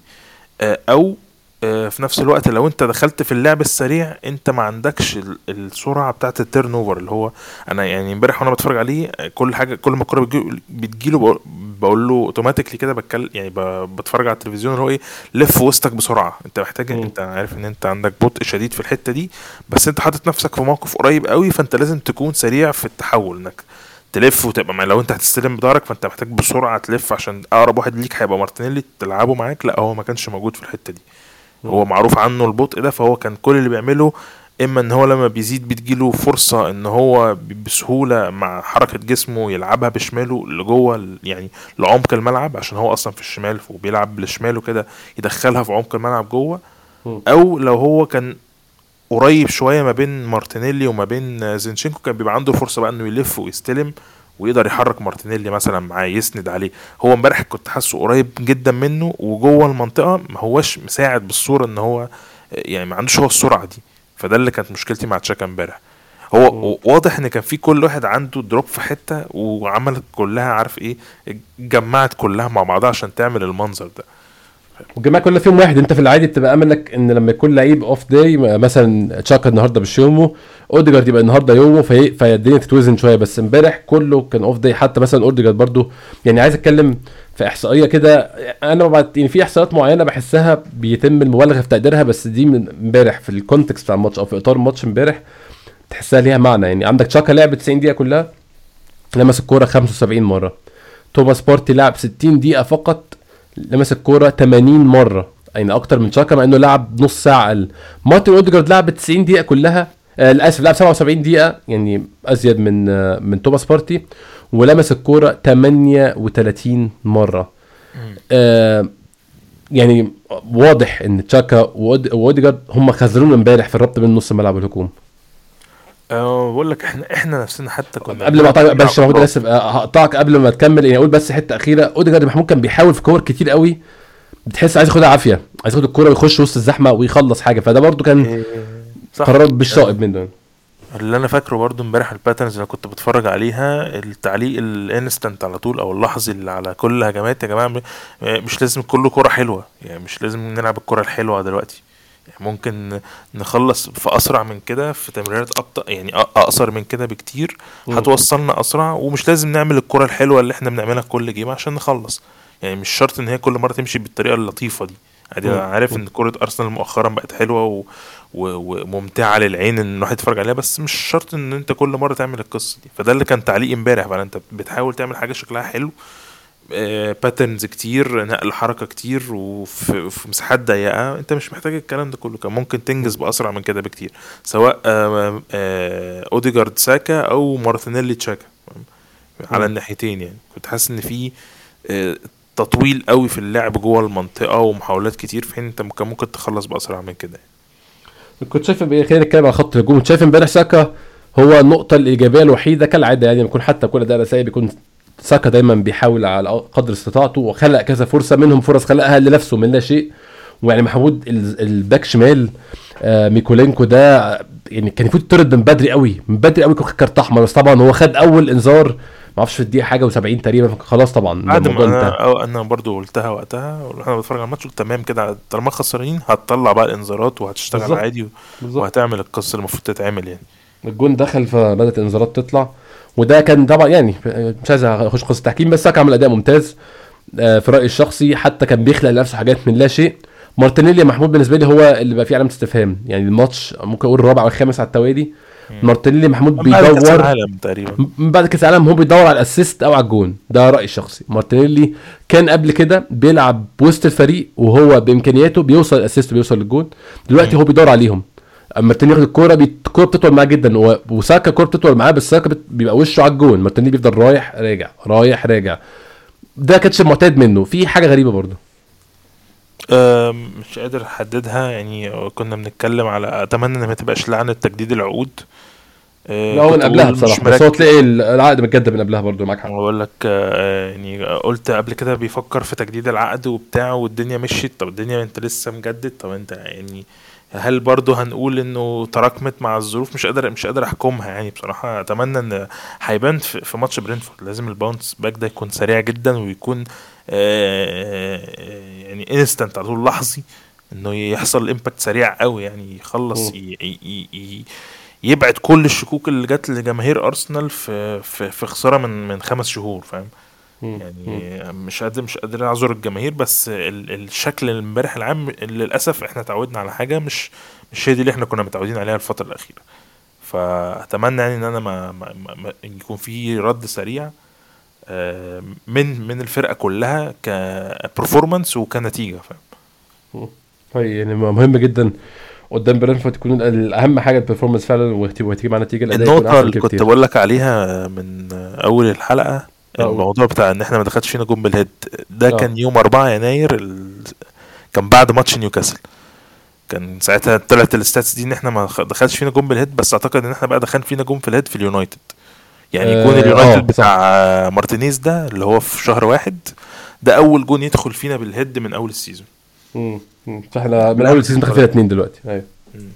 او في نفس الوقت لو انت دخلت في اللعب السريع انت ما عندكش السرعه بتاعه التيرن اوفر. اللي هو انا يعني امبارح وانا بتفرج عليه كل حاجه كل ما الكوره بتجيله بقول له اوتوماتيكلي كده بتكلم يعني بتفرج على التلفزيون اللي هو ايه لف وسطك بسرعه، انت محتاج م. انت عارف ان انت عندك بطء شديد في الحته دي، بس انت حاطط نفسك في موقف قريب قوي، فانت لازم تكون سريع في التحول انك تلف وتبقى مع. لو انت هتستلم بضهرك فانت محتاج بسرعه تلف عشان اقرب واحد ليك هيبقى مارتينيلي تلعبه معاك. لا هو ما كانش موجود في الحته دي، هو معروف عنه البطء ده، فهو كان كل اللي بيعمله اما ان هو لما بيزيد بتجيله فرصة ان هو بسهولة مع حركة جسمه يلعبها بشماله لجوه يعني لعمق الملعب، عشان هو اصلا في الشمال وبيلعب بالشمال وكده يدخلها في عمق الملعب جوه، او لو هو كان قريب شوية ما بين مارتينيلي وما بين زينشينكو كان بيبقى عنده فرصة بقى انه يلف ويستلم ويقدر يحرك مارتينيلي مثلا معاه يسند عليه. هو امبارح كنت حاسه قريب جدا منه وجوه المنطقه ما هوش مساعد بالصوره ان هو يعني ما عندوش هو السرعه دي، فده اللي كانت مشكلتي مع تشاكا امبارح. هو م. واضح ان كان في كل واحد عنده دروب في حته وعملت كلها عارف ايه جمعت كلها مع بعضها عشان تعمل المنظر ده. والجماعه كلها فيهم واحد. انت في العادي بتبقى املك ان لما يكون لعيب اوف داي، مثلا تشاكا النهارده مش يومه، اوديجارد يبقى النهارده يومه، في فالدنيا تتوزن شويه. بس امبارح كله كان اوف داي، حتى مثلا اوديجارد برضو. يعني عايز اتكلم في احصائيه كده، انا بعد يعني في احصائيات معينه بحسها بيتم المبالغه في تقديرها، بس دي من امبارح في الكونتكست بتاع الماتش او في اطار الماتش امبارح تحسها ليها معنى. يعني عندك تشاكا لعب تسعين دقيقه كلها، لمس الكوره خمسة وسبعين مره. توماس بارتي لعب ستين دقيقه فقط، لمس الكوره ثمانين مره، يعني اكتر من شاكا مع انه لعب نص ساعه اقل. مارتن اوديجارد لعب تسعين دقيقه كلها، آه للاسف لعب سبعة وسبعين دقيقه، يعني ازيد من آه من توماس بارتي، ولمس الكوره ثمانية وثلاثين مره. آه يعني واضح ان تشاكا وأود- واوديجارد هم خزرون امبارح في الربط بين نص الملعب والهجوم. أه بقول لك احنا احنا نفسنا حتى كنا قبل ما اقطعك بنلعب بس محمود، أمراض. اسف آه، هقطعك قبل ما تكمل، يعني اقول بس حته اخيره. اوديجارد محمود كان بيحاول في كور كتير قوي، بتحس عايز ياخدها عافيه، عايز ياخد الكوره ويخش وسط الزحمه ويخلص حاجه، فده برضو كان إيه، صح. قرار مش صائب منه. اللي انا فاكره برضو امبارح الباترنز اللي كنت بتفرج عليها، التعليق الانستنت على طول او اللحظي اللي على كل هجمات. يا جماعه م- مش لازم كل كرة حلوه، يعني مش لازم نلعب الكرة الحلوه دلوقتي، يعني ممكن نخلص في اسرع من كده، في تمريرات ابطا يعني أ- اقصر من كده بكتير، مم. هتوصلنا اسرع. ومش لازم نعمل الكرة الحلوه اللي احنا بنعملها في كل جيم عشان نخلص، يعني مش شرط ان هي كل مره تمشي بالطريقه اللطيفه دي عادي. انا مم. عارف مم. ان كرة ارسنال مؤخرا بقت حلوه و... و... وممتعه للعين ان الواحد يتفرج عليها، بس مش شرط ان انت كل مره تعمل القصه دي. فده اللي كان تعليق امبارح بقى، انت بتحاول تعمل حاجه شكلها حلو، باترنز كتير، نقل حركه كتير، وفي في مساحات ضيقه. انت مش محتاج الكلام ده كله، كان ممكن تنجز باسرع من كده بكتير، سواء آه، آه، اوديجارد ساكا او مارتينيلي تشاكا على مم. الناحيتين. يعني كنت حاسس ان في آه، تطويل قوي في اللعب جوه المنطقه ومحاولات كتير، في حين انت كان ممكن تخلص باسرع من كده. كنت شايف بإيه، خلينا نتكلم على خط الهجوم. شايف امبارح ساكا هو النقطه الايجابيه الوحيده كالعاده، يعني بيكون حتى كل ده سيء بيكون ساكا دايما بيحاول على قدر استطاعته، وخلق كذا فرصه، منهم فرص خلقها لنفسه من لا شيء. ويعني محمود ال- الباك شمال آه ميكولينكو ده، يعني كان المفروض يطرد من بدري قوي، من بدري قوي، كان خد كارت احمر. بس طبعا هو خد اول انذار ما اعرفش في الدقيقه حاجه و70 تقريبا، خلاص طبعا ده بعد ما الموضوع انا انتهى. أو انا برضو قلتها وقتها واحنا بنتفرج على الماتش، قلت تمام كده، طالما خسرانين هتطلع بقى الانذارات وهتشتغل بالظبط، عادي، بالظبط. وهتعمل القصه اللي المفروض تتعمل يعني. الجون دخل فبدات الانذارات تطلع، وده كان طبعا يعني مش عايز اخش قصه تحكيم، بس ساكا عمل اداء ممتاز آه، في رايي الشخصي. حتى كان بيخلق لنفسه حاجات من لا شيء. مارتينيلي محمود بالنسبه لي هو اللي بقى فيه علامه استفهام، يعني الماتش ممكن اقول الرابع او الخامس على التوالي مم. مارتينيلي محمود من بعد كاس بيدور العالم تقريبا. من بعد كاس العالم، هو بيدور على الاسيست او على الجون. ده رايي الشخصي. مارتينيلي كان قبل كده بيلعب وسط الفريق وهو بامكانياته بيوصل الاسيست وبيوصل للجون، دلوقتي مم. هو بيدور عليهم. اما مارتينيلي ياخد الكوره بي- الكوره بتطول معاه جدا، و- وساكا الكوره بتطول معاه، بس ساكا بت- بيبقى وشه على الجون، مارتينيلي بيفضل رايح راجع رايح راجع. ده كانش معتاد منه. في حاجه غريبه برضه. أم، مش قادر احددها يعني. كنا بنتكلم على اتمنى ان ما تبقاش لعنه تجديد العقود. أه، لا هو من كنت قبلها بقول مش بصراحه، بس هو مركز. تلاقي العقد متجدد من قبلها برضه، معاك حق. بقول لك آه، يعني قلت قبل كده بيفكر في تجديد العقد وبتاع، والدنيا مشيت. طب الدنيا انت لسه مجدد، طب انت يعني هل برضه هنقول انه تراكمت مع الظروف؟ مش قادر مش قادر احكمها يعني بصراحة. اتمنى ان هيبان في في ماتش برينفورد، لازم الباونس باك ده يكون سريع جدا، ويكون آه، يعني انستنت على طول، لحظي، انه يحصل امباكت سريع قوي، يعني يخلص مم. ي- ي- ي- يبعد كل الشكوك اللي جت لجماهير ارسنال في في في خساره من من خمس شهور، فاهم مم. مم. يعني. مش قادر مش قادر اعذر الجماهير، بس ال الشكل امبارح العام للاسف احنا تعودنا على حاجه مش مش هي دي اللي احنا كنا متعودين عليها الفتره الاخيره. فاتمنى يعني ان انا ما, ما, ما ما- يكون في رد سريع آه، من من الفرقه كلها كبرفورمانس وكنتيجه، فاهم. مم. طيب يعني مهم جدا قدام برينفورد تكون الاهم حاجه البرفورمانس فعلا، وهتي- وهتيجي مع نتيجه الاداء يكون النقطة احسن اللي كده كنت كتير. بقول لك عليها من أول الحلقة، اقول الموضوع بتاع إن إحنا ما دخلش فينا جون بالهيد، ده اه كان يوم أربعة يناير ال... كان بعد ماتش نيوكاسل. كان ساعتها طلعت الستاتس دي إن إحنا ما خ- دخلش فينا جون بالهيد، بس أعتقد إن إحنا بقى دخل فينا جون في الهيد في اليونايتد. يعني جون اه اليونايتد آه، صح. بتاع مارتينيز ده اللي هو في شهر واحد، ده أول جون يدخل فينا بالهيد من أول السيزون. مم. مم. فاحنا من لا اول أحد سيزون دخل المباريات. فيها اتنين دلوقتي. ايوه. مم.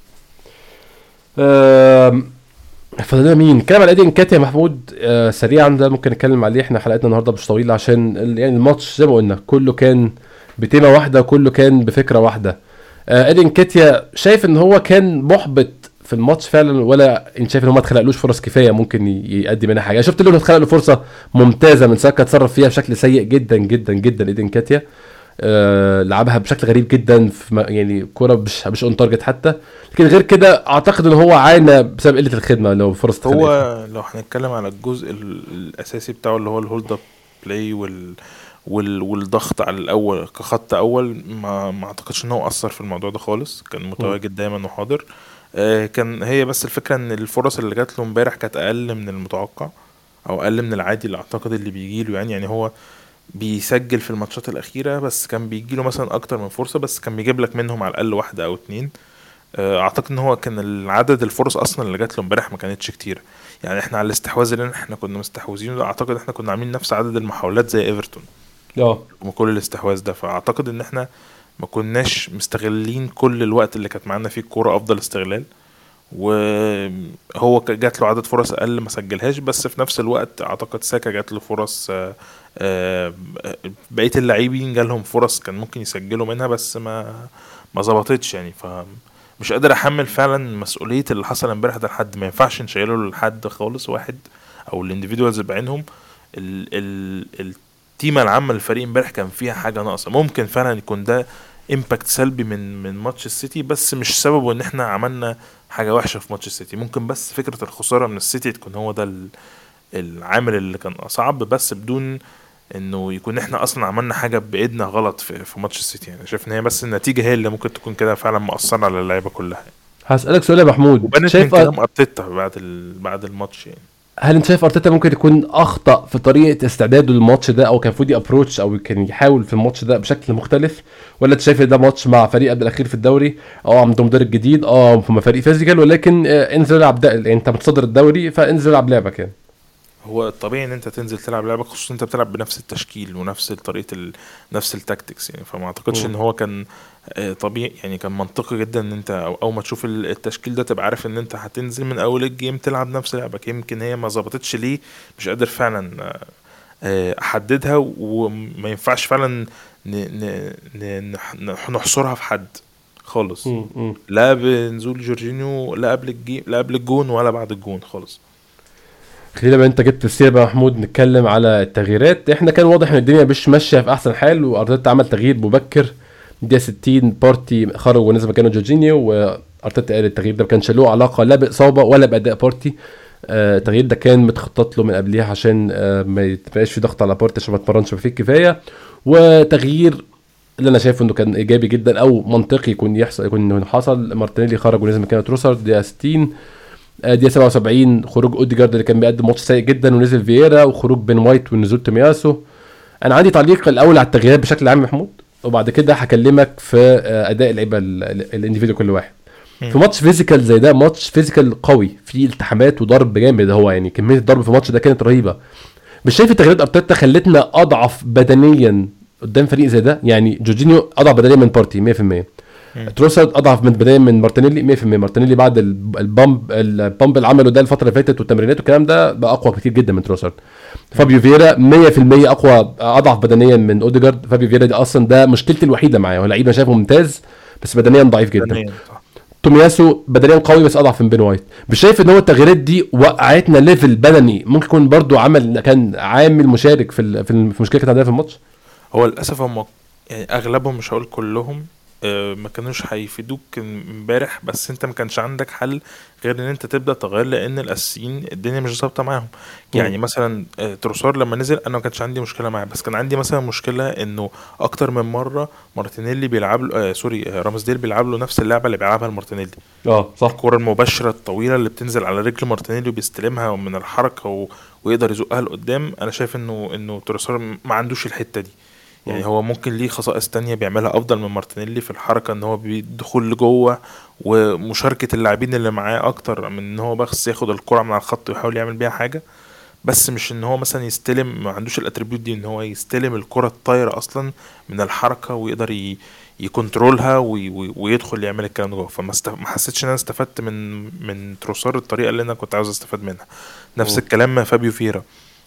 آم، فضلنا مين كلام على ايدي انكاتيا محمود آه سريعا، ده ممكن نتكلم عليه. احنا حلقتنا النهارده مش طويله عشان ال- يعني الماتش زي ما قلنا كله كان بتيمه واحده، كله كان بفكره واحده. آه ادين كيتيا شايف ان هو كان محبط في الماتش فعلا، ولا انت شايف ان هو ما اتخلقلوش فرص كفايه ممكن ي- يقدم منها حاجه؟ شفت له اتخلق له فرصه ممتازه من ساكا، اتصرف فيها بشكل سيء جدا جدا جدا ادين كيتيا. آه لعبها بشكل غريب جدا في م- يعني كوره مش مش اون تارجت حتى. لكن غير كده اعتقد ان هو عانى بسبب قله الخدمه لو فرص هو اتخلقت له. لو هنتكلم على الجزء ال- الاساسي بتاعه اللي هو الهولد اب بلاي وال وال والضغط على الاول كخط اول، ما ما اعتقدش ان هو اثر في الموضوع ده خالص، كان مم. متواجد دايما وحاضر. آه، كان هي بس الفكره ان الفرص اللي جات له امبارح كانت اقل من المتوقع، او اقل من العادي اللي اعتقد اللي بيجي له. يعني يعني هو بيسجل في الماتشات الاخيره، بس كان بيجي له مثلا اكتر من فرصه، بس كان بيجيب لك منهم على الاقل واحده او اتنين. آه، اعتقد ان هو كان العدد الفرص اصلا اللي جات له امبارح ما كانتش كتير. يعني احنا على الاستحواذ اللي احنا كنا مستحوذين ده، اعتقد احنا كنا عاملين نفس عدد المحاولات زي ايفرتون اه وكل الاستحواذ ده. فاعتقد ان احنا ما كناش مستغلين كل الوقت اللي كانت معانا فيه الكوره افضل استغلال. وهو ك- جات له عدد فرص اقل ما سجلهاش، بس في نفس الوقت اعتقد ساكا جات له فرص. آه، آه، بقيه اللاعبين جالهم فرص كان ممكن يسجلوا منها، بس ما ما ظبطتش يعني. ف مش قادر احمل فعلا مسؤوليه اللي حصل امبارح ده لحد، ما ينفعش نشيله لحد خالص واحد او الانديفيدوالز بعينهم. ال ال التيمه العامه للفريق امبارح كان فيها حاجه ناقصه. ممكن فعلا يكون ده امباكت سلبي من من ماتش السيتي، بس مش سببه ان احنا عملنا حاجه وحشه في ماتش السيتي. ممكن بس فكره الخساره من السيتي تكون هو ده ال- العامل اللي كان صعب، بس بدون انه يكون احنا اصلا عملنا حاجه بايدنا غلط في في ماتش السيتي. يعني شايف ان هي بس النتيجه هي اللي ممكن تكون كده فعلا مأثره على اللعيبه كلها، هسألك سؤال يا محمود، وبانت من شايف كلام ارتيتا بعد ال... بعد الماتش يعني. هل انت شايف ارتيتا ممكن يكون اخطا في طريقه استعداده للماتش ده، او كان المفروض ابروتش او كان يحاول في الماتش ده بشكل مختلف؟ ولا انت شايف ان ده ماتش مع فريق قبل الاخير في الدوري، اه عندهم مدرب جديد، اه هم فريق فيزيكال، ولكن آه انزل العب ده يعني انت متصدر الدوري فانزل العب لعبك يعني. هو الطبيعي ان انت تنزل تلعب لعبك، خصوصا انت بتلعب بنفس التشكيل ونفس طريقه ال... نفس التاكتكس يعني. فما اعتقدش مم. ان هو كان آه، طبيعي يعني. كان منطقي جدا ان انت أو اول ما تشوف ال- التشكيل ده تبقى عارف ان انت هتنزل من اول الجيم تلعب نفس لعبك. يمكن هي ما ظبطتش ليه، مش قادر فعلا آه، آه، احددها. وما ينفعش فعلا ن... ن... ن... نح- نحصرها في حد خالص، مم. مم. لا بنزول جورجينيو، لا قبل الجيم، لا قبل الجون ولا بعد الجون خالص. خلينا بقى، انت جبت السيره بقى يا محمود، نتكلم على التغييرات. احنا كان واضح ان الدنيا مش ماشيه في احسن حال، وارتيتا عمل تغيير مبكر. دقيقه ستين بارتي خرج ونزل مكانه جورجينيو، وارتيتا قال التغيير ده ما كانش له علاقه لا باصابه ولا باداء بارتي. آه، التغيير ده كان متخطط له من قبلها عشان آه، ما يبقاش في ضغط على بارتي عشان ما اتمرنش فيه كفايه. وتغيير اللي انا شايفه انه كان ايجابي جدا او منطقي يكون يحصل، يكون انه حصل. مارتينيلي خرج ونزل مكانه تروسارد دقيقه ستين. آه، دقيقه سبعة وسبعين خروج اوديجارد اللي كان بيقدم ماتش سيء جدا ونزل فييرا، وخروج بين وايت ونزول تومياسو. انا عندي تعليق الاول على التغييرات بشكل عام يا محمود، وبعد كده هكلمك في آه، اداء اللعيبه الانديفيديو كل واحد. مم. في ماتش فيزيكال زي ده، ماتش فيزيكال قوي فيه التحامات وضرب جامد، هو يعني كميه الضرب في الماتش ده كانت رهيبه. مش شايف التغييرات ارتيتا خلتنا اضعف بدنيا قدام فريق زي ده؟ يعني جورجينيو اضعف بدنيا من بارتي مية في المية، مم. تروسارد اضعف من بدنيا من مارتينيلي مية في المية. مارتينيلي بعد ال- البامب البامب اللي عمله ده الفتره اللي فاتت والتمرينات والكلام ده بقى اقوى كتير جدا من تروسارد. مم. فابيو فييرا مية في المية اقوى، اضعف بدنيا من اوديجارد. فابيو فييرا دي اصلا ده مشكلتي الوحيده معاه، هو لعيب انا شايفه ممتاز بس بدنيا ضعيف جدا. بدنيا صح. تومياسو بدنيا قوي بس اضعف من بين وايت. مش شايف ان هو التغييرات دي وقعتنا ليفل بدني ممكن يكون برضو عمل، كان عامل مشارك في ال- في الم- في المشكله اللي كانت عندنا في الماتش؟ هو للاسف هم يعني اغلبهم، مش هقول كلهم، آه، ما كانوش هيفيدوك امبارح. بس انت ما كانش عندك حل غير ان انت تبدا تغير، لان الاساسيين الدنيا مش ظابطه معاهم. مم. يعني مثلا آه، تروسار لما نزل انا ما كانش عندي مشكله معاه، بس كان عندي مثلا مشكله انه اكتر من مره مارتينيلي بيلعب له آه سوري آه رامسديل بيلعب له نفس اللعبه اللي بيلعبها المارتينيلي. اه صح. الكرة المباشرة الطويلة اللي بتنزل على رجل مارتينيلي وبيستلمها من الحركة و... ويقدر يزقها لقدام. انا شايف انه انه تروسار ما عندوش الحتة دي. مم. يعني هو ممكن ليه خصائص تانية بيعملها افضل من مارتينيلي في الحركة، ان هو بيدخل لجوه ومشاركة اللاعبين اللي معاه اكتر من ان هو بس ياخد الكرة من على الخط ويحاول يعمل بيها حاجة. بس مش ان هو مثلا يستلم، ما عندوش الاتريبيوت دي ان هو يستلم الكرة الطايرة اصلا من الحركة ويقدر ي... يكنترولها وي... وي... ويدخل يعمل الكلام ده جوه. فما است... ما حسيتش ان انا استفدت من من تروسار الطريقة اللي انا كنت عاوز استفاد منها. نفس مم. الكلام مع فابيو فيرا.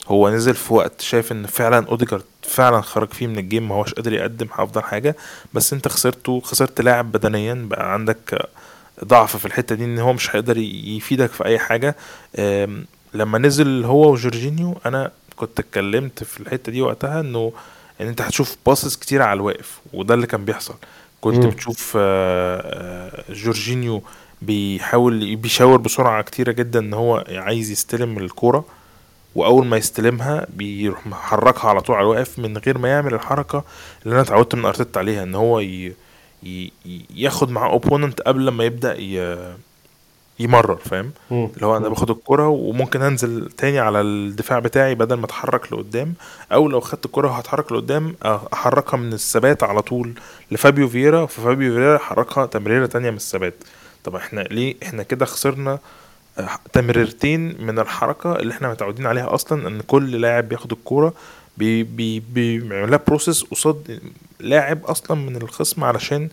هو نزل في وقت شايف ان فعلا اوديجارد فعلا خرج فيه من الجيم، ما هوش قادر يقدم افضل حاجه، بس انت خسرته، خسرت لاعب بدنيا بقى عندك ضعف في الحته دي ان هو مش هيقدر يفيدك في اي حاجه. أم، لما نزل هو وجورجينيو انا كنت اتكلمت في الحته دي وقتها انه ان انت هتشوف باصص كتير على الواقف، وده اللي كان بيحصل. كنت مم. بتشوف آه، آه، جورجينيو بيحاول بيشاور بسرعه كتيره جدا ان هو عايز يستلم الكوره، واول ما يستلمها بيروح محركها على طول على الواقف من غير ما يعمل الحركه اللي انا اتعودت من ارتيتا عليها، ان هو ي... ي... ي- ياخد معاه اوبوننت قبل ما يبدا ي... يمرر، فاهم؟ مم. اللي هو انا مم. باخد الكرة وممكن انزل تاني على الدفاع بتاعي بدل ما اتحرك لقدام، او لو خدت الكرة وهتحرك لقدام أه، احركها من الثبات على طول لفابيو فييرا، ففابيو فييرا حركها تمريرة تانية من الثبات. طب احنا ليه احنا كده خسرنا آه، تمريرتين من الحركة اللي احنا متعودين عليها اصلا، ان كل لاعب بياخد الكورة بي بي بيعملها بروسيس قصاد لاعب اصلا من الخصم علشان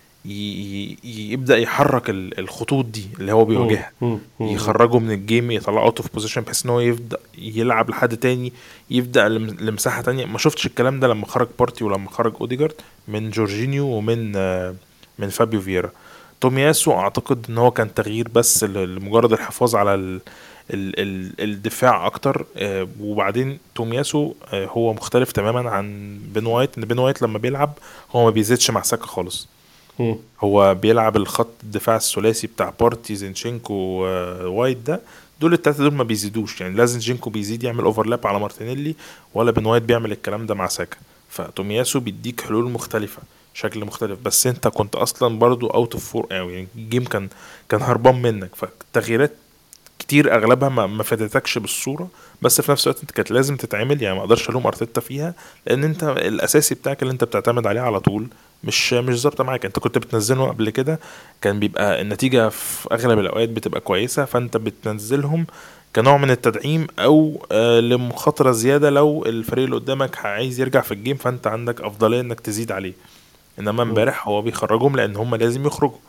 ي- ي- يبدأ يحرك ال- الخطوط دي اللي هو مم. بيواجهها، مم. مم. يخرجه من الجيم، يطلعه اوت اوف بوزيشن بحيث ان هو يبدأ يلعب لحد تاني، يبدأ لم- لمساحة تانية. ما شفتش الكلام ده لما خرج بارتي ولما خرج اوديجارد من جورجينيو ومن آه، من فابيو فييرا. تومياسو اعتقد ان هو كان تغيير بس ل- لمجرد الحفاظ على ال ال ال الدفاع اكتر. آه، وبعدين تومياسو آه، هو مختلف تماما عن بين وايت، ان بين وايت لما بيلعب هو ما بيزيدش مع ساكا خالص، مم. هو بيلعب الخط الدفاع الثلاثي بتاع بارتي زينشينكو ووايت ده. دول التلاتة دول ما بيزيدوش، يعني لا زينشينكو بيزيد يعمل اوفرلاب على مارتينيلي، ولا بن وايت بيعمل الكلام ده مع ساكا. فتومياسو بيديك حلول مختلفة، شكل مختلف، بس انت كنت اصلا برضو اوت اوف فور قوي، يعني الجيم كان كان هربان منك، فالتغييرات كتير اغلبها ما ما فادتكش بالصوره، بس في نفس الوقت انت كانت لازم تتعمل، يعني ما اقدرش الوم ارتيتا فيها، لان انت الاساسي بتاعك اللي انت بتعتمد عليه على طول مش مش ظابطه معاك. انت كنت بتنزله قبل كده كان بيبقى النتيجه في اغلب الاوقات بتبقى كويسه، فانت بتنزلهم كنوع من التدعيم او آه لمخاطره زياده لو الفريق اللي قدامك عايز يرجع في الجيم، فانت عندك افضليه انك تزيد عليه. انما مم. امبارح هو بيخرجهم لان هم لازم يخرجوا،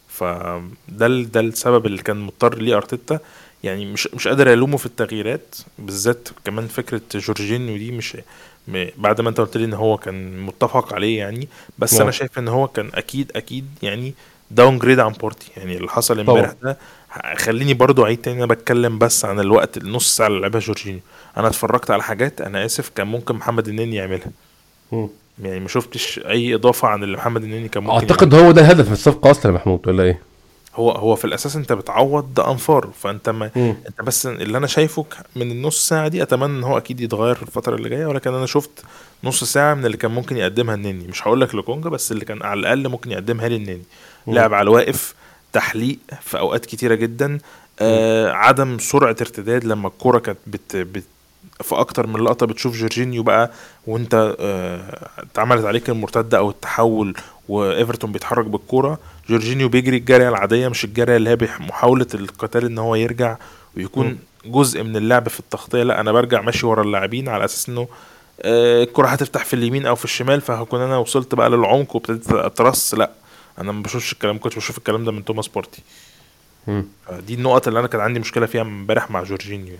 فده ال- ده السبب اللي كان مضطر ليه ارتيتا. يعني مش مش قادر الومه في التغييرات بالذات، كمان فكره جورجينيو دي مش م- بعد ما انت قلت لي ان هو كان متفق عليه يعني، بس انا اه شايف ان هو كان اكيد اكيد يعني داون جريد عن بورتي، يعني اللي حصل امبارح طبعا. ده. ه- خليني برضو اعيد تاني، انا بتكلم بس عن الوقت النص ساعه اللي لعبها جورجينيو، انا اتفرجت على حاجات انا اسف كان ممكن محمد النني يعملها، مم. يعني ما شفتش اي اضافه عن اللي محمد النني كان ممكن اعتقد يعمله. هو ده الهدف من الصفقه اصلا يا محمود ولا ايه؟ هو هو في الاساس انت بتعوض ده انفار، فانت ما مم. انت بس اللي انا شايفه ك- من النص ساعه دي، اتمنى ان هو اكيد يتغير في الفتره اللي جايه، ولكن انا شفت نص ساعه من اللي كان ممكن يقدمها النني، مش هقول لك لكونجا، بس اللي كان على الاقل ممكن يقدمها لي النني. مم. لعب على الواقف، تحليق في اوقات كتيره جدا، مم. آه عدم سرعه ارتداد لما الكوره كانت بت, بت في اكتر من لقطه بتشوف جورجينيو بقى وانت آه، اتعملت عليك المرتده او التحول وايفرتون بيتحرك بالكوره، جورجينيو بيجري الجريه العاديه مش الجريه اللي هي بح- محاوله القتال ان هو يرجع مم. ويكون جزء من اللعب في التغطيه. لا انا برجع ماشي ورا اللاعبين على اساس انه آه، الكره هتفتح في اليمين او في الشمال، فهكون انا وصلت بقى للعمق وابتديت اترص. لا انا ما بشوفش الكلام، كنت بشوف الكلام ده من توماس بورتي. مم. دي النقط اللي انا كان عندي مشكله فيها امبارح مع جورجينيو.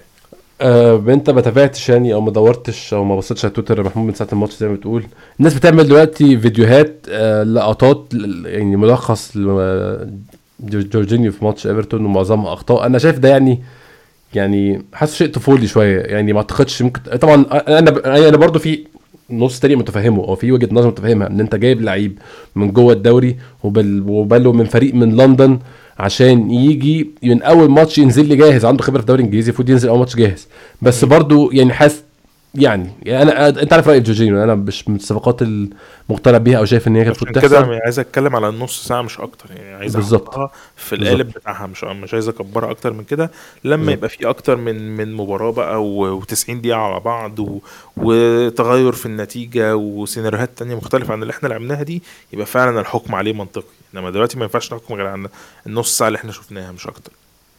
آه، انت ما تابعتش يعني او ما دورتش او ما بصيتش على تويتر يا محمود من ساعه الماتش زي ما بتقول؟ الناس بتعمل دلوقتي فيديوهات، آه لقطات ل- يعني ملخص ل- جور- جورجينيو في ماتش ايفرتون ومعظمها اخطاء. انا شايف ده يعني يعني حاسس شيء طفولي شويه، يعني ما اعتقدش ممكن. طبعا انا انا برضو في نص تاني متفهمه او في وجهه نظر متفهمها، ان انت جايب لعيب من جوه الدوري وبال وباله من فريق من لندن عشان يجي من اول ماتش ينزل لي جاهز، عنده خبره في الدوري الانجليزي، المفروض ينزل اول ماتش جاهز. بس برضو يعني حاسس يعني, يعني انا انت عارف رايي في جورجينيو، انا مش من الصفقات المقتنع بيها او شايف ان هي كانت المفروض عشان كده تحصل. انا عايز اتكلم على النص ساعه مش اكتر، يعني عايز بالظبط. احطها في القالب بالظبط. بتاعها، مش مش عايز اكبرها اكتر من كده. لما بالظبط. يبقى في اكتر من من مباراه بقى و90 دقيقه على بعض و... وتغير في النتيجه وسيناريوهات تانية مختلفه عن اللي احنا لعبناها دي، يبقى فعلا الحكم عليه منطقي. انما دلوقتي ما ينفعش نحكم غير عن النص ساعه اللي احنا شفناها مش اكتر.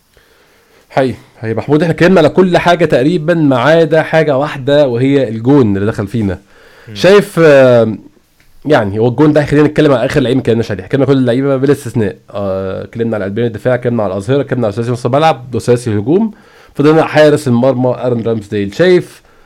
حقيقي حقيقي محمود، احنا اتكلمنا على كل حاجه تقريبا ما عدا حاجه واحده وهي الجون اللي دخل فينا. مم. شايف آه، يعني هو الجون ده خلينا نتكلم على اخر لعيب ما اتكلمناش عليه، حكينا كل اللعيبه بلا استثناء. آه، اتكلمنا على قلبين الدفاع، اتكلمنا على الاظهره، اتكلمنا على اساسي نص الملعب واساسي الهجوم، فضلنا حارس المرمى ارن رامسديل. شايف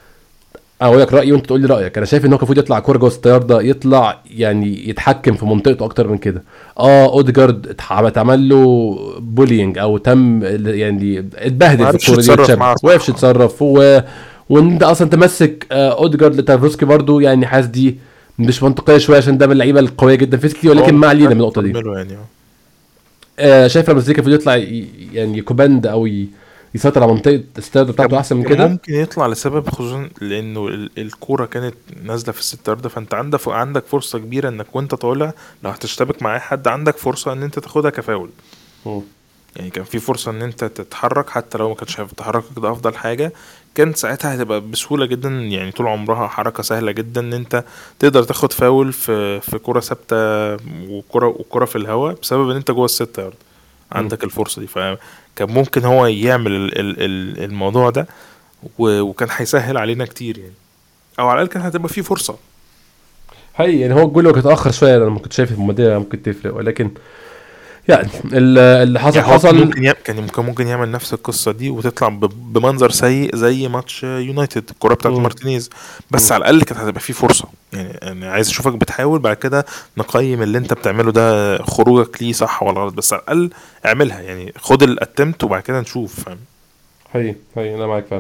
انا اقول لك رايي وانت تقول لي رايك. انا شايف ان هو المفروض يطلع كوره جوه الستار ده، يطلع يعني يتحكم في منطقته اكتر من كده. اه اوديجارد اتح- اتعمل له بولينج او تم ال- يعني اتبهدل ما في عرفش الكوره دي يتصرف واتشاب معاها وقفش صح. يتصرف و... وان انت اصلا تمسك آه اوديجارد لتافروسكي برضو، يعني حاسس دي مش منطقيه شويه عشان ده من اللعيبه القويه جدا فيزيكلي، هو ولكن ما علينا من محتاج النقطه دي. فرميله يعني اه. آه شايف لما زيكا المفروض يطلع ي- يعني يكوباند او ي... يسيطر على منطقه الستار بتاعته كان احسن من كان كده. ممكن يطلع لسبب، خصوصا لانه ال- الكوره كانت نازله في الست يارده، فانت عندك عندك فرصه كبيره انك وانت طالع لو هتشتبك مع اي حد عندك فرصه ان انت تاخدها كفاول. مم. يعني كان في فرصه ان انت تتحرك، حتى لو ما كانش هيبقى تحركك ده افضل حاجه. كانت ساعتها هتبقى بسهوله جدا، يعني طول عمرها حركه سهله جدا ان انت تقدر تاخد فاول في في كره ثابته، وكره وكره في الهواء، بسبب ان انت جوه الست يارد مم. عندك الفرصه دي. فكان ممكن هو يعمل ال- ال- ال- الموضوع ده، و- وكان هيسهل علينا كتير يعني، او على الاقل كان هتبقى فيه فرصه. هي يعني هو الجول لو كان اتاخر شويه انا ما كنت شايف المدير ممكن تفرق، ولكن يعني ال- اللي حصل يعني هو كان حصل. ممكن يعمل كان ممكن ممكن يعمل نفس القصه دي وتطلع ب- بمنظر سيء زي ماتش يونايتد الكره بتاعت مم. مارتينيز، مم. بس على الاقل كانت هتبقى فيه فرصه. يعني انا عايز اشوفك بتحاول، بعد كده نقيم اللي انت بتعمله ده خروجك ليه صح ولا غلط، بس على الاقل اعملها، يعني خد الاتمت وبعد كده نشوف، فاهم. هي هي انا معاك فعلا.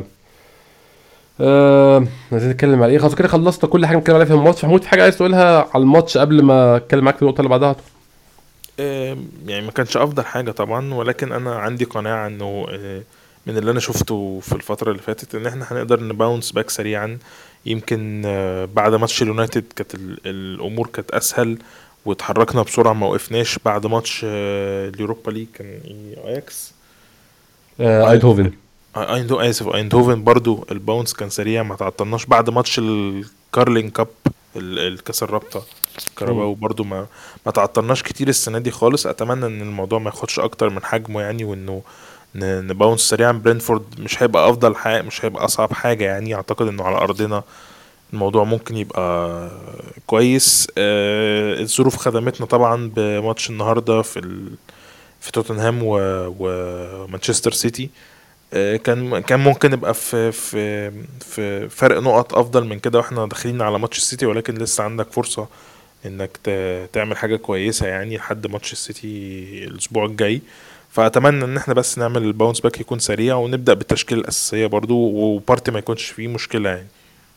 آه عايزين نتكلم على ايه؟ خلاص كده خلصت كل حاجه نتكلم عليها في الماتش. محمود في حاجه عايز تقولها على الماتش قبل ما اتكلم معاك في النقطه اللي بعدها؟ آم، يعني ما كانش افضل حاجه طبعا، ولكن انا عندي قناعه انه آه، من اللي انا شفته في الفتره اللي فاتت ان احنا هنقدر نباونس باك سريعا. يمكن آه، بعد ماتش اليونايتد كانت ال- الامور كانت اسهل واتحركنا بسرعه، ما وقفناش. بعد ماتش آه، اليوروبا ليج كان ايه، اياكس. آه ايندو ايدهوفن. ايندو اسف ايندهوفن برضو الباونس كان سريع، ما تعطلناش. بعد ماتش الكارلين كاب، ال- الكاس الرابطه مم. كاراباو، برضو ما ما تعطلناش كتير السنه دي خالص. اتمنى ان الموضوع ما ياخدش اكتر من حجمه يعني، وانه ن- نباونس سريعا. برينفورد مش هيبقى افضل حاجه، مش هيبقى اصعب حاجه يعني، اعتقد انه على ارضنا الموضوع ممكن يبقى كويس. آه، الظروف خدمتنا طبعا بماتش النهارده في ال... في توتنهام و... ومانشستر سيتي. آه، كان كان ممكن نبقى في في في فرق نقط افضل من كده واحنا داخلين على ماتش السيتي، ولكن لسه عندك فرصة انك ت- تعمل حاجة كويسة يعني لحد ماتش السيتي الاسبوع الجاي. فاتمنى ان احنا بس نعمل الباونس باك يكون سريع، ونبدأ بالتشكيلة الاساسية برضو، وبارتي ما يكونش فيه مشكلة يعني.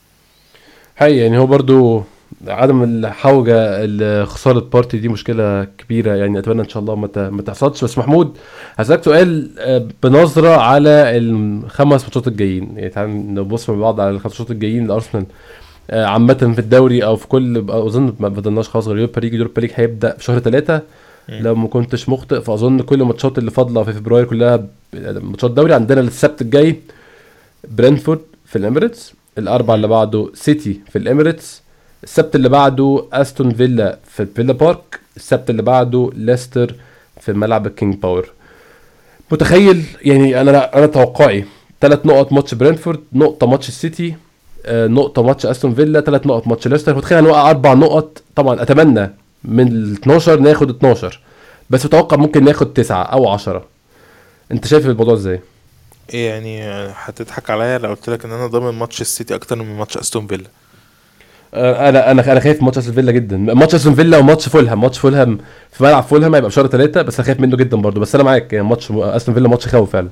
هي يعني هو برضو عدم الحوجه لخساره بارتي دي مشكله كبيره يعني. اتمنى ان شاء الله ما ت- ما تحصلش. بس محمود هسألك سؤال آه، بنظره على الخمس ماتشات الجايين. يعني تعال نبص مع بعض على الخمس ماتشات الجايين لارسنال آه، عامة في الدوري او في كل، اظن ما بدلناش خلاص غير يوروبا ليج. يوروبا ليج هيبدأ في شهر ثلاثة مم. لو ما كنتش مخطئ. فاظن كل الماتشات اللي فاضله في فبراير كلها ب- ماتشات دوري. عندنا السبت الجاي برينفورد في الاميريتس، الاربع مم. اللي بعده سيتي في الاميريتس، السبت اللي بعده استون فيلا في فيلا بارك، السبت اللي بعده ليستر في ملعب الكينج باور. متخيل يعني انا انا توقعي ثلاث نقط ماتش برينفورد، نقطه ماتش السيتي، آه، نقطه ماتش استون فيلا، ثلاث نقط ماتش ليستر. متخيل هنوقع اربع نقط. طبعا اتمنى من ال اتناشر ناخد اتناشر، بس اتوقع ممكن ناخد تسعة او عشرة. انت شايف الموضوع ازاي؟ إيه يعني، هتضحك عليا لو قلت لك ان انا ضامن ماتش السيتي اكتر من ماتش استون فيلا؟ آه، انا انا انا خايف من ماتش استون فيلا جدا. ماتش استون فيلا وماتش فولهام. ماتش فولهام في ملعب فولهام هيبقى في شهر ثلاثة، بس انا خايف منه جدا برضه. بس انا معاك يعني ماتش استون فيلا ماتش يخوف فعلا.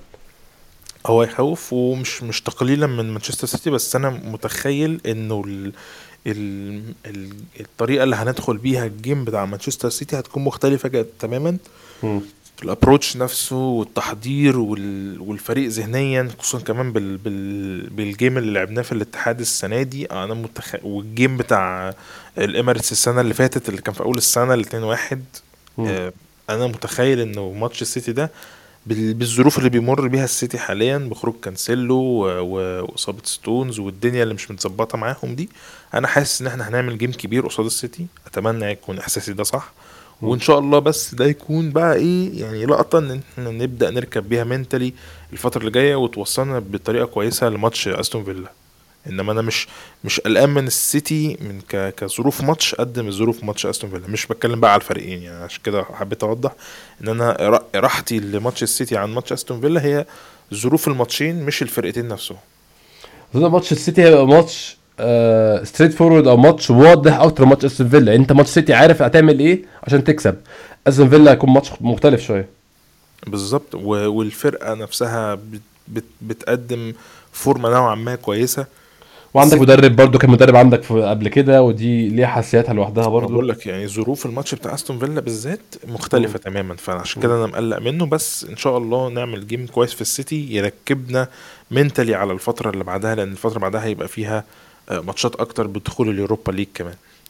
هو يخوف، ومش مش تقليلا من مانشستر سيتي، بس انا متخيل انه ال ال ال الطريقه اللي هندخل بيها الجيم بتاع مانشستر سيتي هتكون مختلفه جدا تماما. مم. الابروتش نفسه والتحضير وال والفريق ذهنيا، خصوصا كمان بال بال بالجيم اللي لعبناه في الاتحاد السنه دي. انا متخيل، والجيم بتاع الاميريتس السنه اللي فاتت اللي كان في اول السنه ال اتنين واحد. مم. آه، انا متخيل انه ماتش السيتي ده بال- بالظروف اللي بيمر بيها السيتي حاليا، بخروج كانسيلو و- و- واصابه ستونز والدنيا اللي مش متظبطه معاهم دي، انا حاسس ان احنا هنعمل جيم كبير قصاد السيتي. اتمنى يكون احساسي ده صح، مم. وان شاء الله بس ده يكون بقى ايه يعني لقطه ان احنا نبدا نركب بيها منتلي الفتره اللي جايه، وتوصلنا بطريقه كويسه لماتش استون فيلا. انما انا مش مش قلقان من السيتي من ك... كظروف ماتش قد من ظروف ماتش استون فيلا. مش بتكلم بقى على الفريقين يعني، عشان كده حبيت اوضح ان انا ر- راحتي لماتش السيتي عن ماتش استون فيلا هي ظروف الماتشين مش الفرقتين نفسهم. اظن ماتش السيتي هيبقى ماتش آه ستريت فورورد او ماتش واضح اكتر ماتش استون فيلا. انت ماتش سيتي عارف هتعمل ايه عشان تكسب، استون فيلا هيكون ماتش مختلف شويه. بالظبط. و- والفرقه نفسها بت بت بتقدم فورمه نوعا ما كويسه. وعندك مدرب برضو كان مدرب عندك في قبل كده، ودي ليها حساسياتها لوحدها انا برضو. بقول لك يعني ظروف الماتش بتاع استون فيلا بالذات مم. مختلفه تماما، فعشان مم. كده انا مقلق منه. بس ان شاء الله نعمل جيم كويس في السيتي يركبنا منتلي على الفتره اللي بعدها، لان الفتره اللي بعدها هيبقى فيها آه، ماتشات اكتر بدخول اليوروبا ليج كمان.